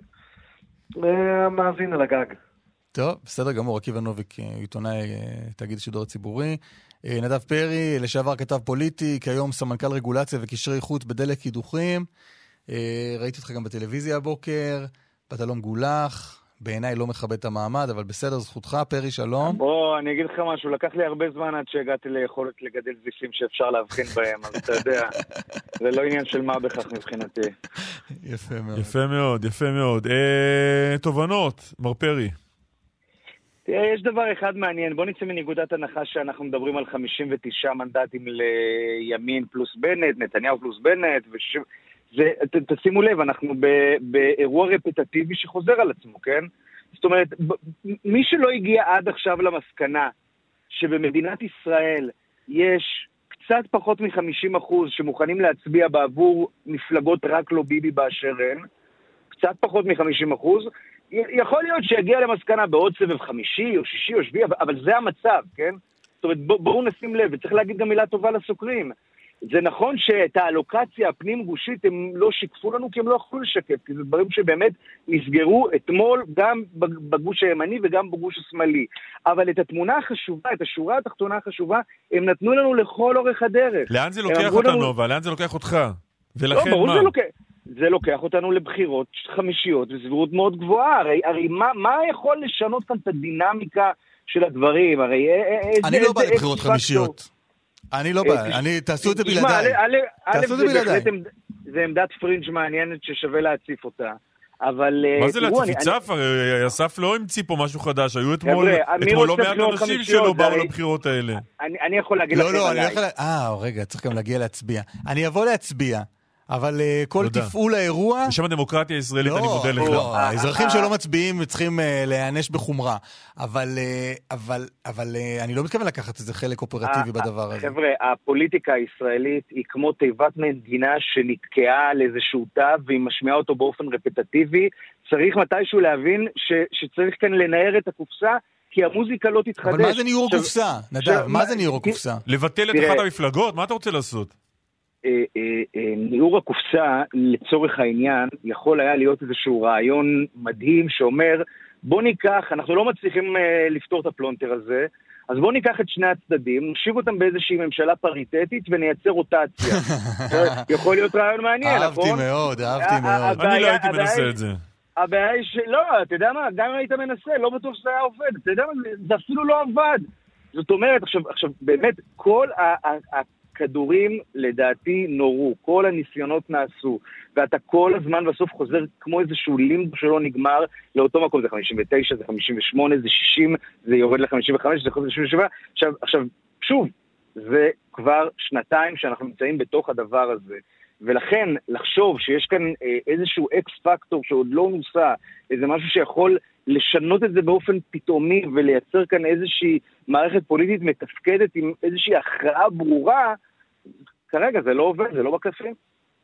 מאזין על הגג. טוב, בסדר גמור, עקיבא נוביק, עיתונאי תאגיד השידור הציבורי. נדב פרי, לשעבר כתב פוליטי, כיום סמנכ"ל רגולציה וקשרי חוץ בדלק קידוחים. ראיתי אותך גם בטלוויזיה הבוקר, אתה לא מגולח. בעיניי לא מכבד את המעמד, אבל בסדר, זכותך, פרי, שלום. בוא, אני אגיד לך משהו, לקח לי הרבה זמן עד שהגעתי ליכולת לגדל זיפים שאפשר להבחין בהם, אז אתה יודע, זה לא עניין של מה בכך מבחינתי. יפה מאוד. יפה מאוד. תובנות, מר פרי. תראה, יש דבר אחד מעניין, בוא נצא מנקודת הנחה שאנחנו מדברים על 59 מנדטים לימין פלוס בנט, נתניהו פלוס בנט, תשימו לב, אנחנו באירוע רפטטיבי שחוזר על עצמו, כן? זאת אומרת, מי שלא הגיע עד עכשיו למסקנה שבמדינת ישראל יש קצת פחות מ-50% שמוכנים להצביע בעבור מפלגות רק לא ביבי באשר הן, קצת פחות מ-50%, יכול להיות שיגיע למסקנה בעוד סבב 5 או 6 או 7, אבל זה המצב, כן? זאת אומרת, בואו נשים לב, וצריך להגיד גם מילה טובה לסוקרים. זה נכון שאת האלוקציה הפנים גושית הם לא שיקפו לנו, כי הם לא יכולו לשקף, כי זה דברים שבאמת נסגרו אתמול גם בגוש הימני וגם בגוש השמאלי. אבל את התמונה החשובה, את השורה התחתונה החשובה, הם נתנו לנו לכל אורך הדרך. לאן זה לוקח אותנו, אבל לאן זה לוקח אותך? ולכן לא, מה? זה לוקח אותנו לבחירות חמישיות וסבירות מאוד גבוהה. הרי מה יכול לשנות כאן את הדינמיקה של הדברים? הרי אני לא בא לבחירות חמישיות. אני לא בא, תעשו את זה בלעדיי. תעשו את זה בלעדיי. זה עמדת פרינג' מעניינת ששווה להציף אותה. אבל... מה זה להציף? אסף? אסף לא המציא פה משהו חדש. היו אתמול לא מעט אנשים שלא באו לבחירות האלה. אני יכול להגיד לכם עליי. רגע, צריך גם להגיע להצביע. אני אבוא להצביע. אבל כל תפעול האירוע... בשם הדמוקרטיה הישראלית אני מודה לך. האזרחים שלא מצביעים צריכים להיענש בחומרה. אבל אני לא מתכוון לקחת איזה חלק אופרטיבי בדבר הזה. חבר'ה, הפוליטיקה הישראלית היא כמו תיבת מדינה שנתקעה על איזשהו תו, והיא משמיעה אותו באופן רפטטיבי. צריך מתישהו להבין שצריך כאן לנער את הקופסה, כי המוזיקה לא תתחדש. אבל מה זה ניעור קופסה? נדב, מה זה ניעור קופסה? לבטל את אחת המפלגות? מה אתה רוצה לעשות? ניעור הקופסה לצורך העניין יכול היה להיות איזשהו רעיון מדהים שאומר בוא ניקח, אנחנו לא מצליחים לפתור את הפלונטר הזה, אז בוא ניקח את שני הצדדים, נשיב אותם באיזושהי ממשלה פריטטית ונייצר רוטציה. יכול להיות רעיון מעניין, נכון? אהבתי מאוד. אני לא הייתי מנסה את זה. הבעיה היא שלא, אתה יודע מה, גם אם היית מנסה, לא בטוח שזה היה עובד, אתה יודע מה, זה אפילו לא עבד. זאת אומרת, עכשיו באמת, כל הכדורים לדעתי נורו, כל הניסיונות נעשו, ואתה כל הזמן בסוף חוזר כמו איזשהו לימבו שלא נגמר לאותו מקום, זה 59, זה 58, זה 60, זה יורד ל-55, זה חוזר ל-67, עכשיו, שוב, זה כבר שנתיים שאנחנו נמצאים בתוך הדבר הזה, ולכן לחשוב שיש כאן איזשהו אקס פקטור שעוד לא נוסע, איזה משהו שיכול לשנות את זה באופן פתאומי ולייצר כאן איזושהי מערכת פוליטית מתפקדת עם איזושהי הכרעה ברורה, כרגע זה לא עובד, זה לא בקלפים.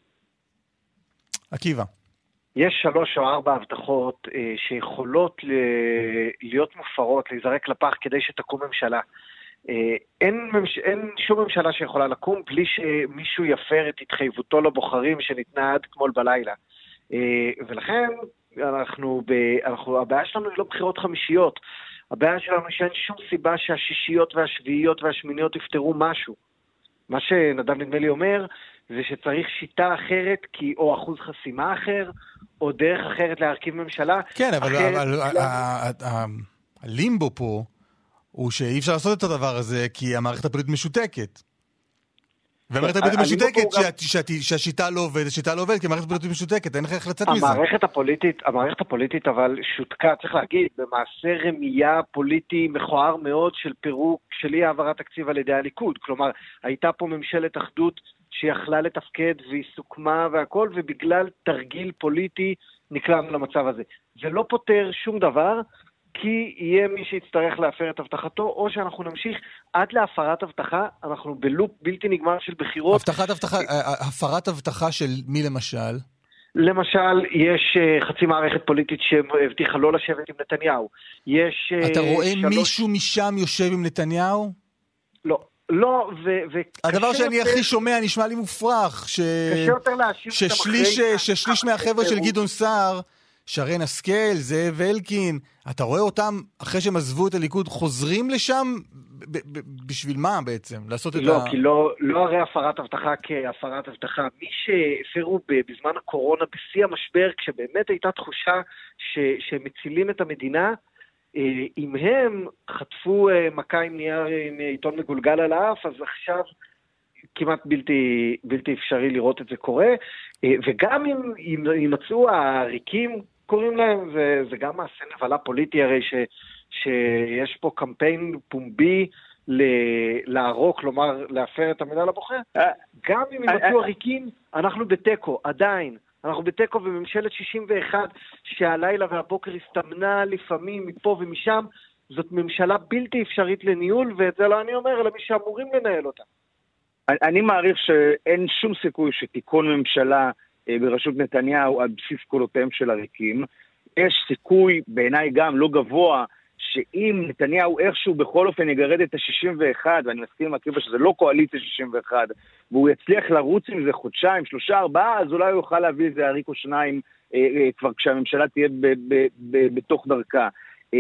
עקיבא. יש 3 או 4 הבטחות שיכולות להיות מופרות, להיזרק לפח כדי שתקום ממשלה. אין שום ממשלה שיכולה לקום בלי שמישהו יפר את התחייבותו לבוחרים שניתנה עד אתמול בלילה. ולכן הבעיה שלנו היא לא בחירות חמישיות. הבעיה שלנו שאין שום סיבה שהשישיות והשביעיות והשמיניות יפתרו משהו. מה שנדב נדמה לי אומר זה שצריך שיטה אחרת, או אחוז חסימה אחר, או דרך אחרת להרכיב ממשלה. כן, אבל הלימבו פה הוא שאי אפשר לעשות את הדבר הזה כי המערכת הפוליטית משותקת. והמערכת הפוליטית משותקת שהשיטה לא עובדת, השיטה לא עובדת כי המערכת הפוליטית משותקת, אין לך איך לצאת מזה. המערכת הפוליטית אבל שותקה, צריך להגיד, במעשה רמייה פוליטי מכוער מאוד של פירוק של אי העברת תקציב על ידי הליכוד. כלומר, הייתה פה ממשלת אחדות שיכלה לתפקד והיא סוכמה והכל, ובגלל תרגיל פוליטי נקלענו למצב הזה. זה לא פותר שום דבר, כי יהיה מי שיצטרך להפר את הבטחתו, או שאנחנו נמשיך עד להפרת הבטחה, אנחנו בלופ בלתי נגמר של בחירות. הפרת הבטחה של מי למשל? למשל, יש חצי מערכת פוליטית שהבטיחה לא לשבת עם נתניהו. אתה רואה מישהו משם יושב עם נתניהו? לא, הדבר שאני הכי שומע נשמע לי מופרך, ששליש מהחבר'ה של גדעון סער, שרן השכל, זאב אלקין, אתה רואה אותם אחרי שהם עזבו את הליכוד חוזרים לשם? בשביל מה בעצם? לעשות את לא, כי לא הרי הפרת הבטחה כהפרת הבטחה. מי שהפרו בזמן הקורונה בשיא המשבר, כשבאמת הייתה תחושה שהם מצילים את המדינה, אם הם חטפו מכה עם עיתון מגולגל על האף, אז עכשיו כמעט בלתי אפשרי לראות את זה קורה, וגם אם יימצאו הריקים, קוראים להם, זה גם מעשה נבלה פוליטי, הרי שיש פה קמפיין פומבי לערוק, כלומר להפר את המילה לבוחר, גם אם יימצאו הריקים, אנחנו בטקו, עדיין, אנחנו בטקו בממשלת 61, שהלילה והבוקר הסתמנה לפעמים מפה ומשם, זאת ממשלה בלתי אפשרית לניהול, ואת זה לא אני אומר, אלא מי שאמורים לנהל אותה. אני מעריך שאין שום סיכוי שתיקון ממשלה בראשות נתניהו על בסיס קולותיהם של עריקים. יש סיכוי, בעיניי גם לא גבוה, שאם נתניהו איכשהו בכל אופן יגרד את ה-61, ואני מסכים עם עקיבא שזה לא קואליציה 61, והוא יצליח לרוץ עם זה חודשיים, 3, 4, אז אולי הוא יוכל להביא איזה עריק או שניים כבר כשהממשלה תהיה בתוך דרכה.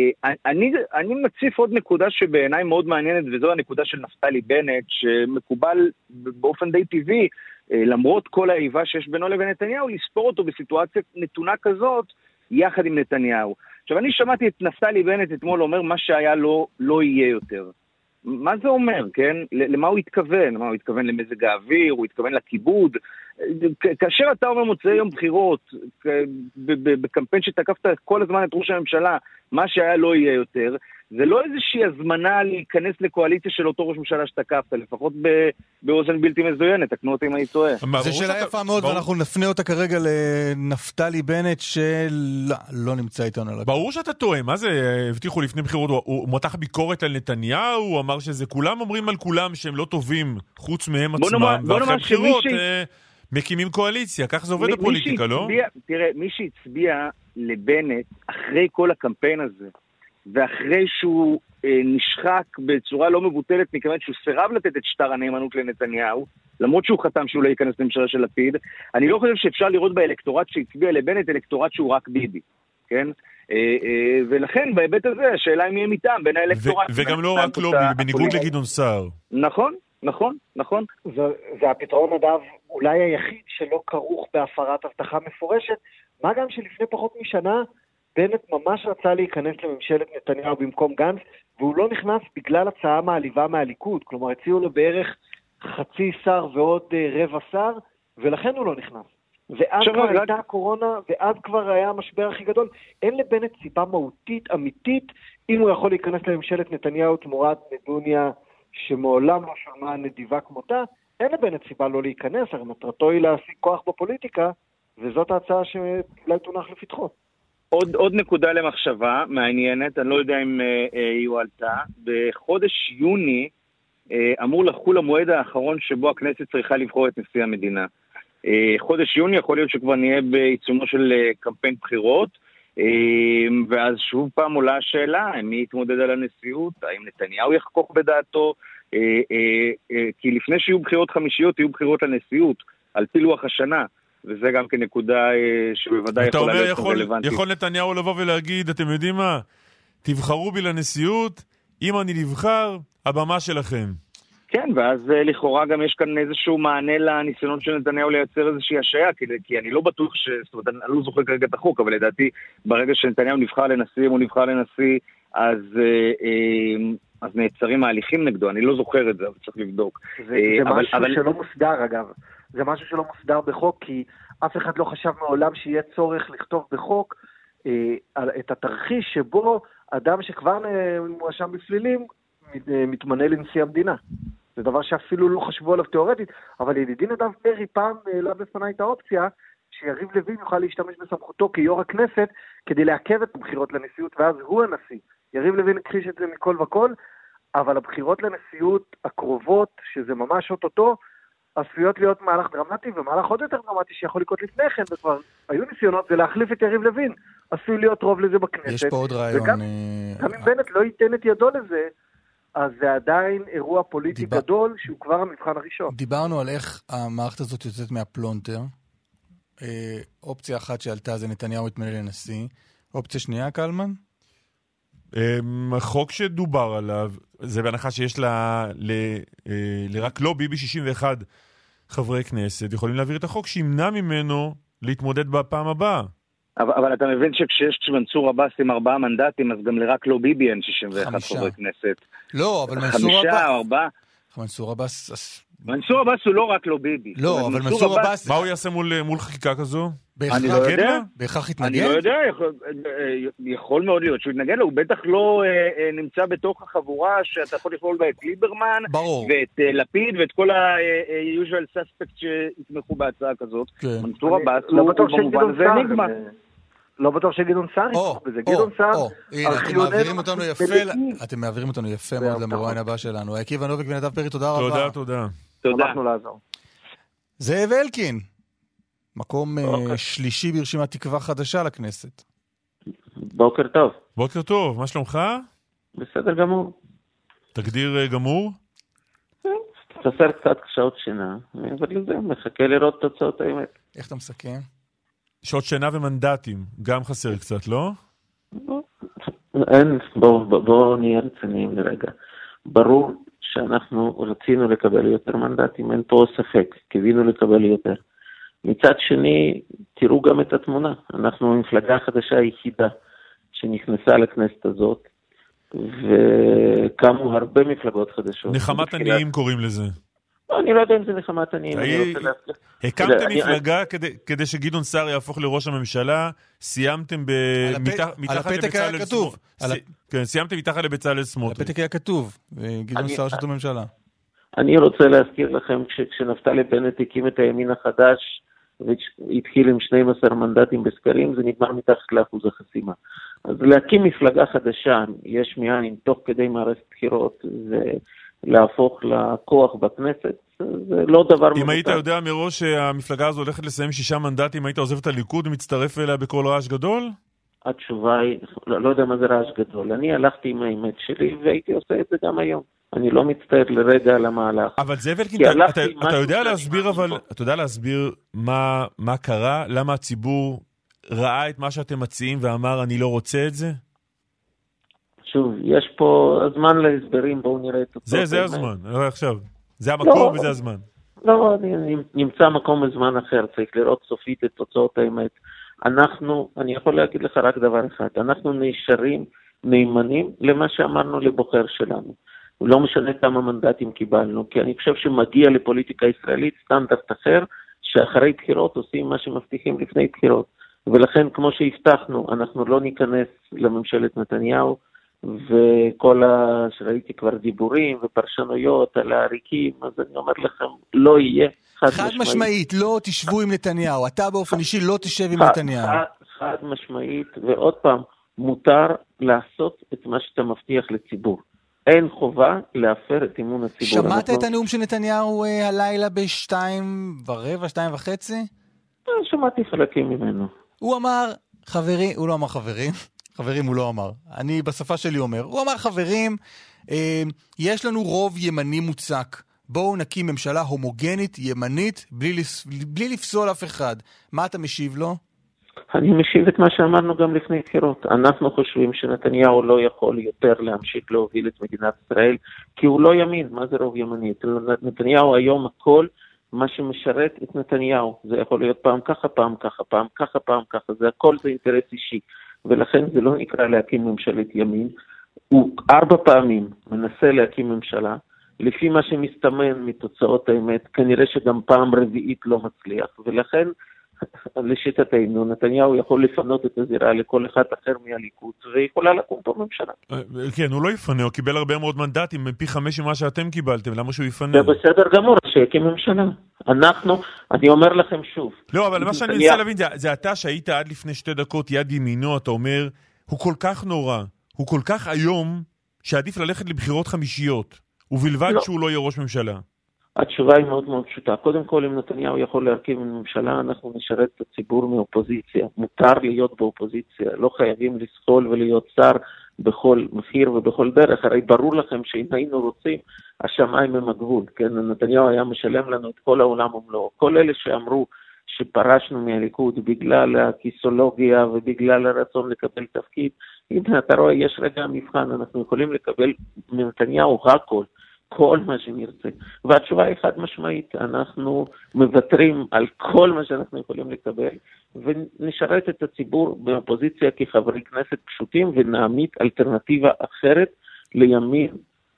אני מציף עוד נקודה שבעיניי מאוד מעניינת, וזו הנקודה של נפתלי בנט, שמקובל באופן די טבעי, למרות כל האיבה שיש בינו לבין נתניהו, לספור אותו בסיטואציה נתונה כזאת, יחד עם נתניהו. עכשיו, אני שמעתי את נפתלי בנט אתמול אומר, מה שהיה לא יהיה יותר. מה זה אומר, כן? למה הוא התכוון? הוא התכוון למזג האוויר, הוא התכוון לכיבוד. כאשר אתה אומר מוצאי יום בחירות, בקמפיין שתקפת כל הזמן את ראש הממשלה, מה שהיה לא יהיה יותר, זה לא איזושהי הזמנה להיכנס לקואליציה של אותו ראש ממשלה שתקפת, לפחות באוזן בלתי מזוינת, תקנו אותי אם אני טועה. זו שאלה יפה מאוד, ואנחנו נפנה אותה כרגע לנפתלי בנט, שלא נמצא איתנו. ברור שאתה טועה, מה זה? הבטיחו לפני בחירות, הוא מותח ביקורת על נתניהו, הוא אמר שזה כולם אומרים על כולם שהם לא טובים, חוץ מהם עצמם, ואחרי בחירות מקימים קואליציה, כך זה עובד הפוליטיקה, לא? תראה, מי שהצביע לבנט אחרי כל הקמפיין הזה, ואחרי שהוא נשחק בצורה לא מבוטלת, מכיוון שהוא סירב לתת את שטר הנאמנות לנתניהו, למרות שהוא חתם שהוא לא ייכנס לממשלה של לפיד, אני לא חושב שאפשר לראות באלקטורט שהצביע לבנט אלקטורט שהוא רק ביבי, כן? ולכן בהיבט הזה השאלה אם יהיה מטעם בין האלקטורט... וגם לא רק לא, בניגוד לגדעון סער. נכון. זה הפתרון אגב אולי היחיד שלא כרוך בהפרת הבטחה מפורשת, מה גם שלפני פחות משנה בנט ממש רצה להיכנס לממשלת נתניהו במקום גנץ, והוא לא נכנס בגלל הצעה מעליבה מהליכוד, כלומר הציעו לו בערך חצי שר ועוד רבע שר, ולכן הוא לא נכנס. ואז כבר הייתה הקורונה, ואז כבר היה המשבר הכי גדול. אין לבנט סיבה מהותית, אמיתית, אם הוא יכול להיכנס לממשלת נתניהו תמורת נדוניה שמעולם לא שמעה נדיבה כמותה, אין לבנט סיבה לא להיכנס, הרי מטרתו היא להשיג כוח בפוליטיקה, וזאת ההצעה שאולי תונח לפתחו. עוד נקודה למחשבה מעניינת, אני לא יודע אם היא הועלתה, בחודש יוני אמור לחול המועד האחרון שבו הכנסת צריכה לבחור את נשיא המדינה. חודש יוני יכול להיות שכבר נהיה בעיצומו של קמפיין בחירות, ואז שוב פעם עולה השאלה, מי יתמודד על הנשיאות, האם נתניהו יחכוך בדעתו, כי לפני שיהיו בחירות חמישיות, יהיו בחירות לנשיאות, על פי לוח השנה, וזה גם כנקודה שבוודאי יכולה להיות רלוונטית. יכול נתניהו לבוא ולהגיד, אתם יודעים מה? תבחרו בי לנשיאות, אם אני נבחר, הבמה שלכם. כן, ואז לכאורה גם יש כאן איזשהו מענה לניסיונות של נתניהו לייצר איזושהי השעיה, כי אני לא בטוח זאת אומרת, אני לא זוכר כרגע את החוק, אבל לדעתי, ברגע שנתניהו נבחר לנשיא, אם הוא נבחר לנשיא, אז נעצרים ההליכים נגדו, אני לא זוכר את זה, אבל צריך לבדוק. זה משהו שלא מוסדר אגב, זה משהו שלא מוסדר בחוק, כי אף אחד לא חשב מעולם שיהיה צורך לכתוב בחוק את התרחיש שבו אדם שכבר מואשם בפלילים מתמנה לנשיא המדינה. זה דבר שאפילו לא חשבו עליו תיאורטית, אבל ידידי נדב פרי פעם העלה בפני את האופציה שיריב לוין יוכל להשתמש בסמכותו כיו"ר הכנסת כדי לעכב את הבחירות לנשיאות, ואז הוא הנשיא. יריב לוין הכחיש את זה מכל וכל, אבל הבחירות לנשיאות הקרובות, שזה ממש אוטוטו, עשויות להיות מהלך דרמטי, ומהלך עוד יותר דרמטי שיכול לקרות לפני כן, וכבר היו ניסיונות, זה להחליף את יריב לוין. עשוי להיות רוב לזה בכנסת. יש פה עוד רעיון. וגם אם בנט לא ייתן את ידו לזה, אז זה עדיין אירוע פוליטי גדול, שהוא כבר המבחן הראשון. דיברנו על איך המערכת הזאת יוצאת מהפלונטר. אופציה אחת שעלתה זה נתניהו יתמנה לנשיא. אופציה שנייה, קלמן? החוק שדובר עליו, זה בהנחה שיש רק לא ביבי 61 חברי כנסת, יכולים להעביר את החוק שימנע ממנו להתמודד בפעם הבאה. אבל אתה מבין שכשיש מנסור עבאס עם 4 מנדטים, אז גם לרק לא ביבי אין 61 חברי כנסת. לא, אבל מנסור עבאס... מנסור עבאס הוא לא רק לא ביבי. לא, אבל מנסור עבאס... מה הוא יעשה מול חקיקה כזו? אני לא יודע. בהכרח יתנגד? אני לא יודע, יכול מאוד להיות שהוא יתנגד לו, הוא בטח לא נמצא בתוך החבורה שאתה יכול לכלול בה את ליברמן, ואת לפיד, ואת כל ה-usual suspects שיתמכו בהצעה כזאת. מנסור עבאס הוא במובן הזה נגמר. לא בטוח שגדעון סער יתמוך בזה. גדעון סער... אתם מעבירים אותנו יפה מאוד למרואיין הבא שלנו. עקיבא נוביק ונדב פרי, תודה רבה. תודה. שמחנו לעזור. זאב אלקין, מקום שלישי ברשימת תקווה חדשה לכנסת. בוקר טוב. בוקר טוב, מה שלומך? בסדר גמור. תגדיר גמור? חסר קצת שעות שינה, אבל לזה מחכה לראות תוצאות האמת. איך אתה מסכם? שעות שינה ומנדטים, גם חסר קצת, לא? אין, בואו נהיה רציניים לרגע. ברור שאנחנו רצינו לקבל יותר מנדטים, אין פה ספק, קיווינו לקבל יותר. מצד שני, תראו גם את התמונה. אנחנו המפלגה החדשה היחידה שנכנסה לכנסת הזאת, וקמו הרבה מפלגות חדשות. נחמת עניים קוראים לזה. אני לא יודע אם זה נחמת עניים. הקמתם מפלגה כדי שגדעון סער יהפוך לראש הממשלה, סיימתם מתחת לבצלאל סמוטריץ'. כן, סיימתם מתחת לבצלאל סמוטריץ'. הפתק היה כתוב, גדעון סער ראשות הממשלה. אני רוצה להזכיר לכם, כשנפתלי בנט הקים את הימין החדש, והתחיל עם 12 מנדטים בסקרים, זה נגמר מתחת לאחוז החסימה. אז להקים מפלגה חדשה, יש מאין, תוך כדי מערכת בחירות, ולהפוך לכוח בכנסת, זה לא דבר אם היית יודע מראש שהמפלגה הזו הולכת לסיים 6 מנדטים, היית עוזב את הליכוד ומצטרף אליה בכל רעש גדול? התשובה היא, לא יודע מה זה רעש גדול. אני הלכתי עם האמת שלי, והייתי עושה את זה גם היום. אני לא מצטער לרגע על המהלך. אבל זאב אלקין, אתה יודע להסביר מה קרה? למה הציבור ראה את מה שאתם מציעים ואמר אני לא רוצה את זה? שוב, יש פה הזמן להסברים, בואו נראה את אותו. זה הזמן, עכשיו. זה המקום וזה הזמן. לא, נמצא מקום וזמן אחר, צריך לראות סופית את תוצאות האמת. אני יכול להגיד לך רק דבר אחד, אנחנו נשארים נאמנים למה שאמרנו לבוחר שלנו. לא משנה כמה מנדטים קיבלנו, כי אני חושב שמגיע לפוליטיקה ישראלית סטנדרט אחר, שאחרי בחירות עושים מה שמבטיחים לפני בחירות. ולכן, כמו שהבטחנו, אנחנו לא ניכנס לממשלת נתניהו, וכל שראיתי כבר דיבורים ופרשנויות על העריקים, אז אני אומר לכם, לא יהיה חד משמעית, לא תשבו עם נתניהו, אתה באופן אישי לא תשב עם נתניהו. חד משמעית, ועוד פעם, מותר לעשות את מה שאתה מבטיח לציבור. אין חובה להפר את אמון הציבור. שמעת את הנאום של נתניהו הלילה ב-2:15, 2:30? שמעתי חלקים ממנו. הוא אמר, הוא לא אמר חברים, חברים הוא לא אמר, אני בשפה שלי אומר, הוא אמר חברים, יש לנו רוב ימני מוצק, בואו נקים ממשלה הומוגנית, ימנית, בלי לפסול אף אחד. מה אתה משיב לו? אני משיב את מה שאמרנו גם לפני בחירות. אנחנו חושבים שנתניהו לא יכול יותר להמשיך להוביל את מדינת ישראל, כי הוא לא ימין. מה זה רוב ימני? נתניהו היום הכל מה שמשרת את נתניהו. זה יכול להיות פעם ככה, פעם ככה, פעם ככה, פעם ככה. זה הכל זה אינטרס אישי. ולכן זה לא נקרא להקים ממשלת ימין. הוא 4 פעמים מנסה להקים ממשלה, לפי מה שמסתמן מתוצאות האמת, כנראה שגם פעם רביעית לא מצליח, ולכן לשיטתנו נתניהו יכול לפנות את הזירה לכל אחד אחר מהליכוד, ויכולה לקום פה ממשלה. כן, הוא לא יפנה, הוא קיבל הרבה מאוד מנדטים, פי 5 ממה שאתם קיבלתם, למה שהוא יפנה? זה בסדר גמור, שיקים ממשלה. אני אומר לכם שוב. לא, אבל מה שאני רוצה להבין, זה אתה שהיית עד לפני 2 דקות יד ימינו, אתה אומר, הוא כל כך נורא, הוא כל כך היום, שעדיף ללכת לבחירות חמישיות, ובלבד שהוא לא יהיה ראש ממשלה. התשובה היא מאוד מאוד פשוטה. קודם כל, אם נתניהו יכול להרכיב ממשלה, אנחנו נשרת את הציבור מאופוזיציה. מותר להיות באופוזיציה, לא חייבים לסחול ולהיות שר בכל מחיר ובכל דרך. הרי ברור לכם שאם היינו רוצים, השמיים הם הגבול. כן, נתניהו היה משלם לנו את כל העולם ומלואו. כל אלה שאמרו שפרשנו מהליכוד בגלל הכיסולוגיה ובגלל הרצון לקבל תפקיד, הנה, אתה רואה, יש רגע מבחן, אנחנו יכולים לקבל מנתניהו הכל. כל מה שנרצה. והתשובה היא חד משמעית, אנחנו מוותרים על כל מה שאנחנו יכולים לקבל, ונשרת את הציבור באופוזיציה כחברי כנסת פשוטים, ונעמיד אלטרנטיבה אחרת לימין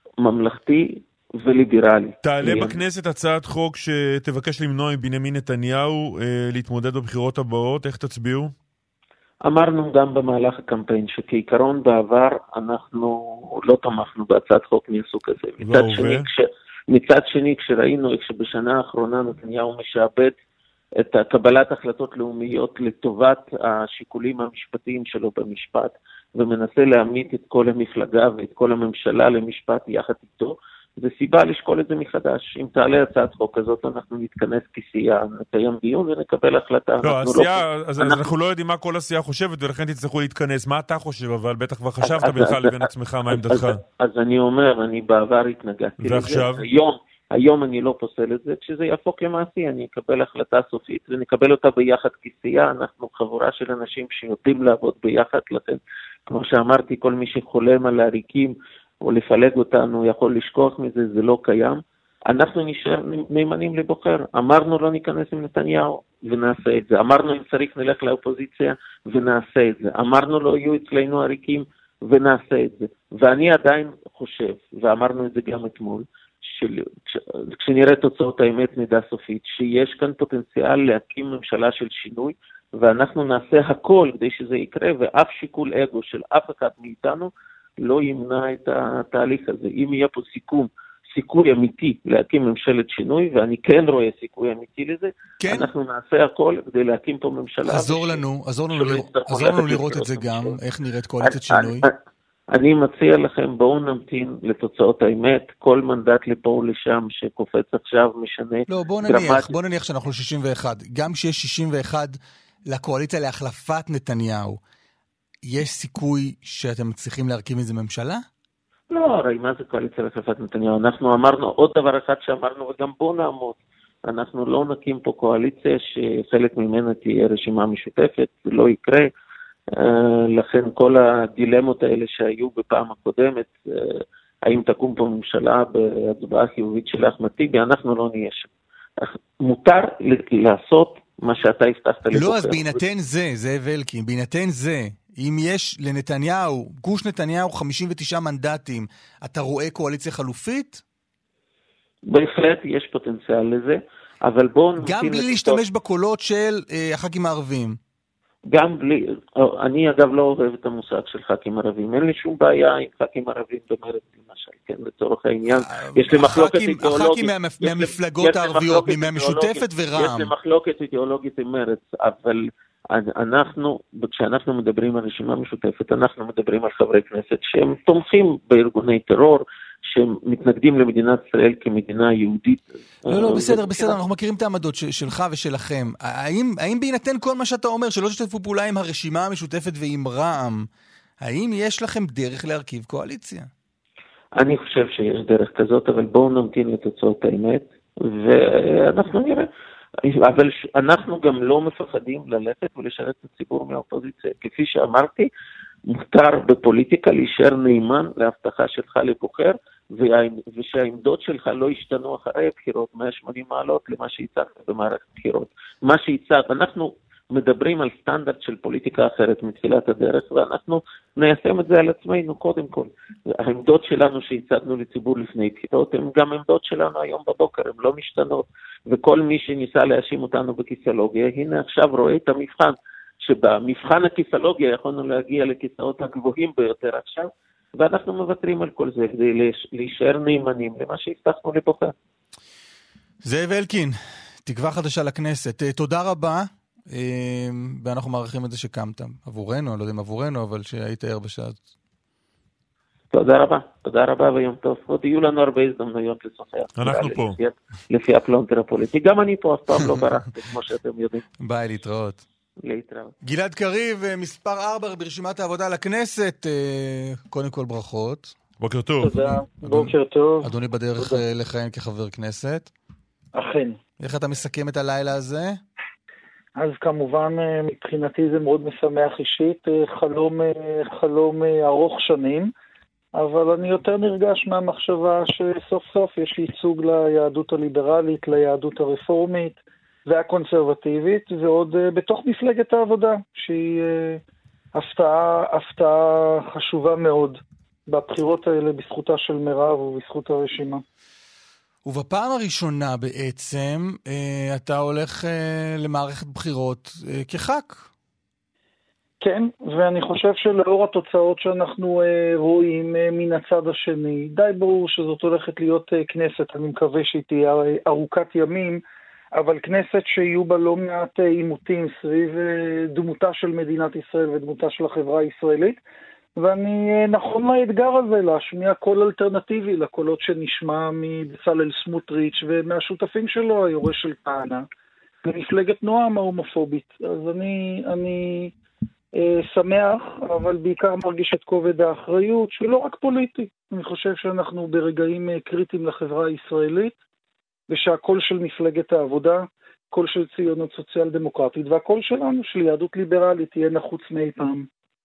ממלכתי וליברלי. תעלה בכנסת הצעת חוק שתבקש למנוע מבנימין נתניהו להתמודד בבחירות הבאות, איך תצביעו? אמרנו גם במהלך הקמפיין שכעיקרון בעבר אנחנו לא תמכנו בהצעת חוק מהסוג הזה. מצד שני, כשראינו איך שבשנה האחרונה נתניהו משעבד את קבלת החלטות לאומיות לטובת השיקולים המשפטיים שלו במשפט, ומנסה להעמיד את כל המפלגה ואת כל הממשלה למשפט יחד איתו, זה סיבה לשקול את זה מחדש. אם תעלה הצעת חוק כזאת, אנחנו נתכנס כסיעה, נקיים דיון ונקבל החלטה. לא, הסיעה, אז אנחנו לא יודעים מה כל הסיעה חושבת, ולכן תצטרכו להתכנס. מה אתה חושב? אבל בטח כבר חשבת בינך לבין עצמך, מה עמדתך? אז אני אומר, אני בעבר התנגדתי לזה. ועכשיו? היום אני לא פוסל את זה, כשזה יהפוך למעשי, אני אקבל החלטה סופית, ונקבל אותה ביחד כסיעה. אנחנו חבורה של אנשים שיודעים לעבוד ביחד, לכן, כמו שאמרתי, כל מי שחולם על העריקים, או לפלג אותנו, יכול לשכוח מזה, זה לא קיים. אנחנו נשאר נאמנים לבוחר. אמרנו לא ניכנס עם נתניהו, ונעשה את זה. אמרנו אם צריך נלך לאופוזיציה, ונעשה את זה. אמרנו לא יהיו אצלנו עריקים, ונעשה את זה. ואני עדיין חושב, ואמרנו את זה גם אתמול, כשנראה תוצאות האמת נדע סופית, שיש כאן פוטנציאל להקים ממשלה של שינוי, ואנחנו נעשה הכל כדי שזה יקרה, ואף שיקול אגו של אף אחד מאיתנו, לא ימנע את התהליך הזה. אם יהיה פה סיכוי אמיתי להקים ממשלת שינוי, ואני כן רואה סיכוי אמיתי לזה, כן? אנחנו נעשה הכל כדי להקים פה ממשלה. עזור לנו לראות את זה גם, איך נראית קואליציית שינוי. אני מציע לכם, בואו נמתין לתוצאות האמת, כל מנדט לפה ולשם שקופץ עכשיו משנה. לא, בואו נניח שאנחנו 61. גם שיש 61 לקואליציה להחלפת נתניהו, יש סיכוי שאתם מצליחים להרכיב איזה ממשלה? לא, הרי מה זה קואליציה להחלפת נתניהו? אנחנו אמרנו עוד דבר אחד שאמרנו, וגם בואו נעמוד. אנחנו לא נקים פה קואליציה שחלק ממנה תהיה רשימה משותפת, זה לא יקרה. לכן כל הדילמות האלה שהיו בפעם הקודמת, האם תקום פה ממשלה בהצבעה חיובית של אחמד טיבי, אנחנו לא נהיה שם. מותר לעשות מה שאתה הבטחת לבוחר. לא, אז בהינתן זה, זאב אלקין, בהינתן זה, אם יש לנתניהו, גוש נתניהו 59 מנדטים, אתה רואה קואליציה חלופית? בהחלט יש פוטנציאל לזה, אבל בואו... גם בלי להשתמש בקולות של הח"כים הערבים. גם בלי, אני אגב לא אוהב את המושג של ח"כים ערבים, אין לי שום בעיה עם ח"כים ערבים במרד למשל, כן, לצורך העניין, יש לי מחלוקת אידיאולוגית, הח"כים מהמפלגות הערביות, מהמשותפת ורע"מ, יש לי מחלוקת אידיאולוגית עם מרץ, אבל כשאנחנו מדברים על רשימה משותפת, אנחנו מדברים על חברי כנסת שהם תומכים בארגוני טרור, שמתנגדים למדינת ישראל כמדינה יהודית. לא, בסדר, אנחנו מכירים את העמדות שלך ושלכם. האם בהינתן כל מה שאתה אומר, שלא תשתתפו פעולה עם הרשימה המשותפת ועם רע"מ, האם יש לכם דרך להרכיב קואליציה? אני חושב שיש דרך כזאת, אבל בואו נמתין לתוצאות האמת, ואנחנו נראה. אבל אנחנו גם לא מפחדים ללכת ולשרת את הציבור מהאופוזיציה. כפי שאמרתי, מותר בפוליטיקה להישאר נאמן להבטחה שלך לבוחר, ושהעמדות שלך לא ישתנו אחרי הבחירות 180 מעלות למה שהצעת במערכת בחירות. מה שהצעת, אנחנו מדברים על סטנדרט של פוליטיקה אחרת מתחילת הדרך, ואנחנו ניישם את זה על עצמנו קודם כל. העמדות שלנו שהצענו לציבור לפני בחירות, הן גם עמדות שלנו היום בבוקר, הן לא משתנות, וכל מי שניסה להאשים אותנו בכיסאולוגיה, הנה עכשיו רואה את המבחן, שבמבחן הכיסאולוגיה יכולנו להגיע לכיסאות הגבוהים ביותר עכשיו, ואנחנו מוותרים על כל זה כדי להישאר נאמנים למה שהבטחנו לבוחר. זאב אלקין, תקווה חדשה לכנסת. תודה רבה, ואנחנו מעריכים את זה שקמת עבורנו, אני לא יודע אם עבורנו, אבל שהיית ער בשעה הזאת. תודה רבה ויום טוב. עוד יהיו לנו הרבה הזדמנויות לשוחח. אנחנו פה. לפי הפלונטר הפוליטי. גם אני פה אף פעם לא ברחתי, כמו שאתם יודעים. ביי, להתראות. גלעד קריב, מספר 4 ברשימת העבודה לכנסת. קודם כל ברכות. בוקר טוב. תודה, בוקר טוב. אדוני בדרך לכהן כחבר כנסת. אכן. איך אתה מסכם את הלילה הזה? אז כמובן מבחינתי זה מאוד משמח אישית, חלום ארוך שנים, אבל אני יותר נרגש מהמחשבה שסוף סוף יש ייצוג ליהדות הליברלית, ליהדות הרפורמית והקונסרבטיבית, ועוד בתוך מפלגת העבודה, שהיא הפתעה חשובה מאוד בבחירות האלה בזכותה של מירב ובזכות הרשימה. ובפעם הראשונה בעצם אתה הולך למערכת בחירות כח"כ. כן, ואני חושב שלאור התוצאות שאנחנו רואים מן הצד השני, די ברור שזאת הולכת להיות כנסת, אני מקווה שהיא תהיה ארוכת ימים, אבל כנסת שיהיו בה לא מעט עימותים סביב דמותה של מדינת ישראל ודמותה של החברה הישראלית, ואני נכון לאתגר הזה להשמיע קול אלטרנטיבי לקולות שנשמע מבצלאל סמוטריץ' ומהשותפים שלו, היורש של כהנא, במפלגת נועם ההומופובית. אז אני שמח, אבל בעיקר מרגיש את כובד האחריות, שלא רק פוליטי. אני חושב שאנחנו ברגעים קריטיים לחברה הישראלית, ושהקול של מפלגת העבודה, קול של ציונות סוציאל דמוקרטית, והקול שלנו, של יהדות ליברלית, תהיה נחוץ מאי פעם.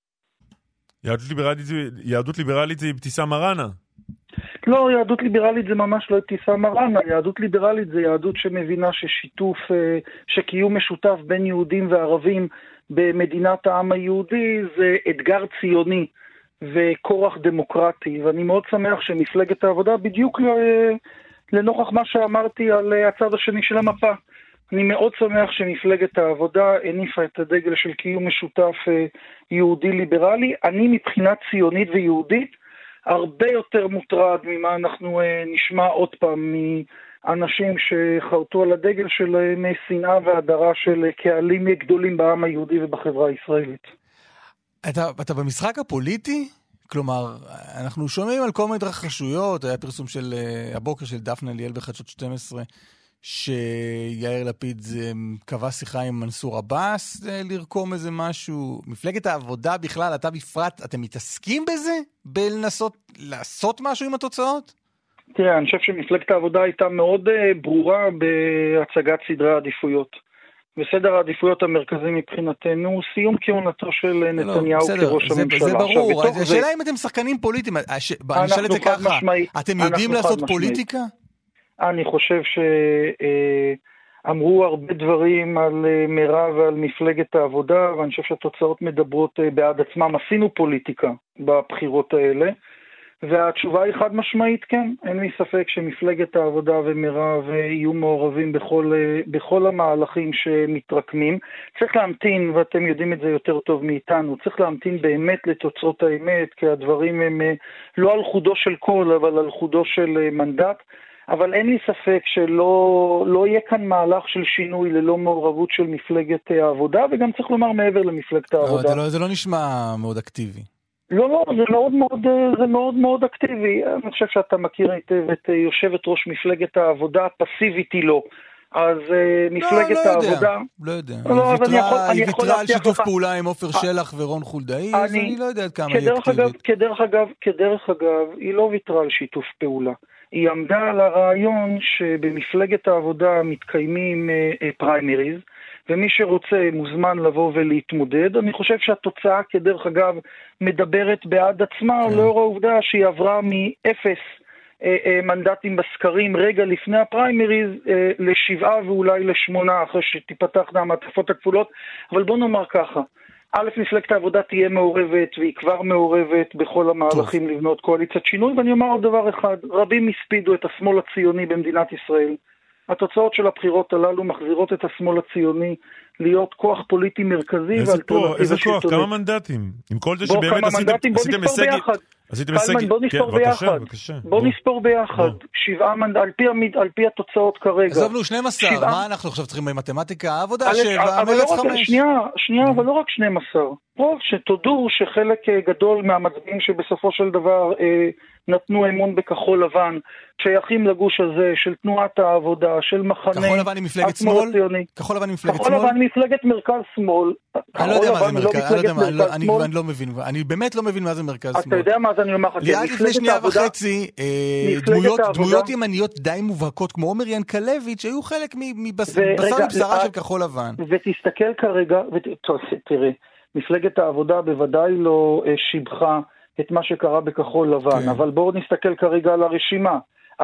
יהדות ליברלית זה אבתיסאם מראענה. לא, יהדות ליברלית זה ממש לא אבתיסאם מראענה. יהדות ליברלית זה יהדות שמבינה שקיום משותף בין יהודים וערבים במדינת העם היהודי זה אתגר ציוני וכורח דמוקרטי, ואני מאוד שמח שמפלגת העבודה בדיוק לנוכח מה שאמרתי על הצד השני של המפה. אני מאוד שמח שמפלגת העבודה הניפה את הדגל של קיום משותף יהודי ליברלי. אני מבחינה ציונית ויהודית הרבה יותר מוטרד ממה אנחנו נשמע עוד פעם מאנשים שחרטו על הדגל שלהם שנאה והדרה של קהלים גדולים בעם היהודי ובחברה הישראלית. אתה במשחק הפוליטי? כלומר, אנחנו שומעים על כל מיני התרחשויות, היה פרסום של הבוקר של דפנה ליאל בחדשות 12, שיאיר לפיד קבע שיחה עם מנסור עבאס לרקום איזה משהו. מפלגת העבודה בכלל, אתה בפרט, אתם מתעסקים בזה? בלנסות לעשות משהו עם התוצאות? תראה, אני חושב שמפלגת העבודה הייתה מאוד ברורה בהצגת סדרי העדיפויות. וסדר העדיפויות המרכזי מבחינתנו, סיום כהונתו של נתניהו כראש הממשלה. זה ברור, השאלה אם אתם שחקנים פוליטיים, אני אשאל את זה ככה, אתם יודעים לעשות פוליטיקה? אני חושב שאמרו הרבה דברים על מירב ועל מפלגת העבודה, ואני חושב שהתוצאות מדברות בעד עצמם. עשינו פוליטיקה בבחירות האלה, והתשובה היא חד משמעית כן. אין לי ספק שמפלגת העבודה ומירב יהיו מעורבים בכל המהלכים שמתרקמים. צריך להמתין, ואתם יודעים את זה יותר טוב מאיתנו, צריך להמתין באמת לתוצאות האמת, כי הדברים הם לא על חודו של קול, אבל על חודו של מנדט. אבל אין לי ספק שלא יהיה כאן מהלך של שינוי ללא מעורבות של מפלגת העבודה, וגם צריך לומר מעבר למפלגת העבודה. זה לא נשמע מאוד אקטיבי. לא, זה מאוד מאוד אקטיבי. אני חושב שאתה מכיר היטב את יושבת ראש מפלגת העבודה, פסיבית היא לא. אז מפלגת העבודה... לא יודע. היא ויתרה על שיתוף פעולה עם עופר שלח ורון חולדאי, אז אני לא יודע כמה היא אקטיבית. כדרך אגב, היא לא ויתרה על שיתוף פעולה. היא עמדה על הרעיון שבמפלגת העבודה מתקיימים פריימריז, ומי שרוצה מוזמן לבוא ולהתמודד. אני חושב שהתוצאה כדרך אגב מדברת בעד עצמה, לאור העובדה שהיא עברה מ-0 מנדטים בסקרים רגע לפני הפריימריז ל7 ואולי ל8 אחרי שתיפתחנה המעטפות הכפולות. אבל בוא נאמר ככה, א', מפלגת העבודה תהיה מעורבת, והיא כבר מעורבת בכל המהלכים לבנות קואליציית שינוי, ואני אומר עוד דבר אחד, רבים הספידו את השמאל הציוני במדינת ישראל. התוצאות של הבחירות הללו מחזירות את השמאל הציוני להיות כוח פוליטי מרכזי. איזה כוח? כמה מנדטים? עם כל זה שבאמת עשיתם הישג... קלמן, בוא נספור ביחד. בוא נספור ביחד. 7 מנדטים, על פי התוצאות כרגע. עזבנו 12, מה אנחנו עכשיו צריכים במתמטיקה? העבודה 7, מרץ 5. שנייה, אבל לא רק 12. פה שתודו שחלק גדול מהמצביעים שבסופו של דבר נתנו אמון בכחול לבן, שייכים לגוש הזה של תנועת העבודה, של מחנה... כחול לבן היא מפלגת שמאל? כחול לבן היא מפלגת שמאל? כחול לבן היא מפלגת מרכז שמאל. אני לא יודע מה זה מרכז, אני לא מבין, אני באמת לא מבין מה זה מרכז שמאל. אתה יודע מה זה אני אומר לך? ליד לפני שנייה וחצי, דמויות ימניות די מובהקות, כמו עומר ינקלביץ', שהיו חלק מבשר מבשרה של כחול לבן. ותסתכל כרגע, תראה, מפלגת העבודה בוודאי לא שיבחה את מה שקרה בכחול לבן, אבל בואו נסתכל כרגע על הרשימה.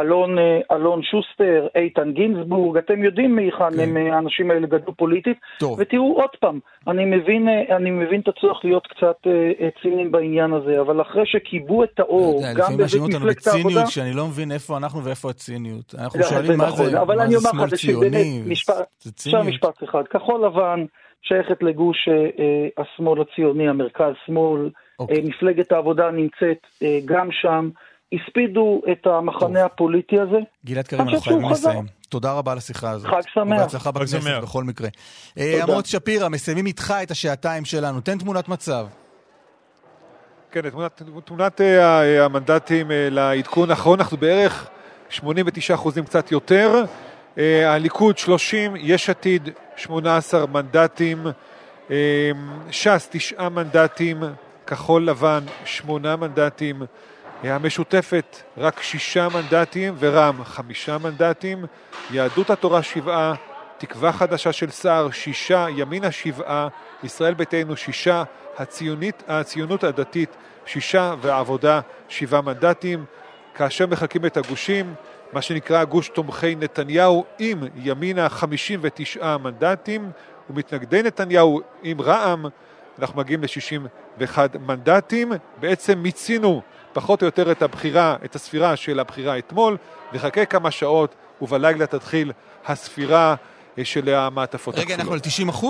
אלון שוסטר, איתן גינזבורג, אתם יודעים מהיכן הם האנשים האלה גדלו פוליטית, ותראו עוד פעם, אני מבין את הצורך להיות קצת ציניים בעניין הזה, אבל אחרי שקיבו את האור, גם בבית מפלגת העבודה... שאני לא מבין איפה אנחנו ואיפה הציניות. אנחנו שואלים מה זה שמאל ציוני, זה ציניות. משפט אחד, כחול לבן שייכת לגוש השמאל הציוני, המרכז שמאל, מפלגת העבודה נמצאת גם שם, הספידו את המחנה הפוליטי הזה. גלעד קריב, אנחנו חייבים לסיים. תודה רבה על השיחה הזאת. חג שמח. והצלחה בכנסת בכל מקרה. עמוס שפירא, מסיימים איתך את השעתיים שלנו. תן תמונת מצב. כן, תמונת המנדטים לעדכון האחרון, אנחנו בערך 89% קצת יותר. הליכוד 30, יש עתיד 18 מנדטים, ש"ס 9 מנדטים, כחול לבן 8 מנדטים, המשותפת רק 6 מנדטים ורע"מ 5 מנדטים, יהדות התורה 7, תקווה חדשה של סער 6, ימינה 7, ישראל ביתנו 6, הציונות הדתית 6 והעבודה 7 מנדטים. כאשר מחלקים את הגושים, מה שנקרא גוש תומכי נתניהו עם ימינה 59 מנדטים, ומתנגדי נתניהו עם רע"מ, אנחנו מגיעים ל-61 מנדטים. בעצם מיצינו פחות או יותר את הבחירה, את הספירה של הבחירה אתמול, נחכה כמה שעות ובלילה תתחיל הספירה של המעטפות הכפולות. רגע, אנחנו על 90%?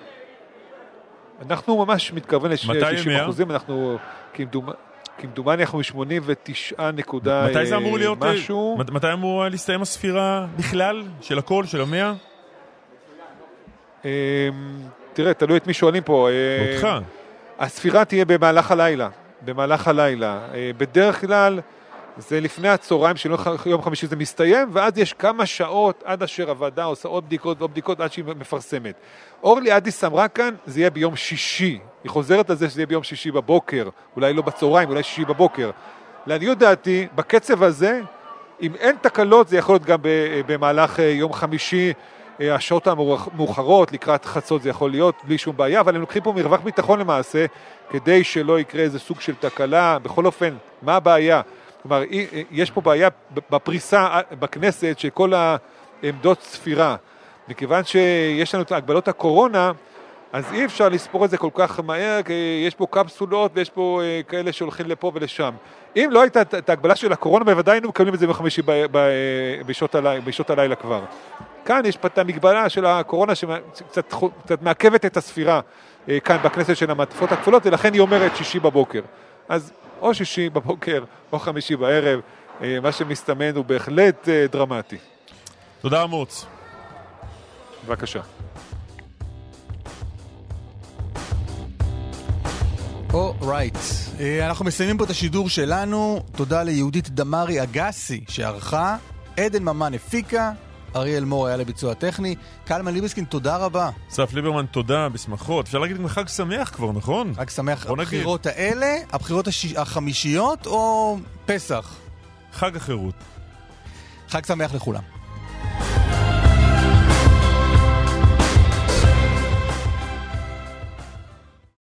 אנחנו ממש מתקרבים ל-90%, אנחנו כמדומני אנחנו מ-89 נקודה משהו. מתי זה אמור להיות משהו? מתי אמור להסתיים הספירה בכלל? של הכל? של 100? תראה, תלוי את מי שואלים פה. אותך. הספירה תהיה במהלך הלילה. בדרך כלל זה לפני הצהריים של יום חמישי זה מסתיים, ואז יש כמה שעות עד אשר הוועדה עושה עוד בדיקות ועוד בדיקות עד שהיא מפרסמת. אורלי אדיס אמרה כאן, זה יהיה ביום שישי. היא חוזרת על זה שזה יהיה ביום שישי בבוקר, אולי לא בצהריים, אולי שישי בבוקר. לעניות דעתי, בקצב הזה, אם אין תקלות, זה יכול להיות גם במהלך יום חמישי, השעות המאוחרות, לקראת חצות זה יכול להיות, בלי שום בעיה, אבל הם לוקחים פה מרווח ביטחון למעשה, כדי שלא יקרה איזה סוג של תקלה. בכל אופן, מה הבעיה? כלומר, יש פה בעיה בפריסה בכנסת של כל העמדות ספירה. מכיוון שיש לנו את הגבלות הקורונה, אז אי אפשר לספור את זה כל כך מהר, כי יש פה קפסולות ויש פה כאלה שהולכים לפה ולשם. אם לא הייתה את ההגבלה של הקורונה, בוודאי היינו מקבלים את זה בחמישי בשעות הלילה כבר. כאן יש פה את המגבלה של הקורונה שקצת מעכבת את הספירה כאן בכנסת של המעטפות הכפולות, ולכן היא אומרת שישי בבוקר. אז או שישי בבוקר או חמישי בערב, מה שמסתמן הוא בהחלט דרמטי. תודה אמוץ. בבקשה. אורייט, אנחנו מסיימים פה את השידור שלנו. תודה ליהודית דמרי אגסי שערכה, עדן ממן הפיקה, אריאל מור היה לביצוע הטכני, קלמן ליבסקין, תודה רבה. אסף ליברמן, תודה, בשמחות. אפשר להגיד גם חג שמח כבר, נכון? חג שמח. הבחירות האלה, הבחירות החמישיות או פסח? חג החירות. חג שמח לכולם.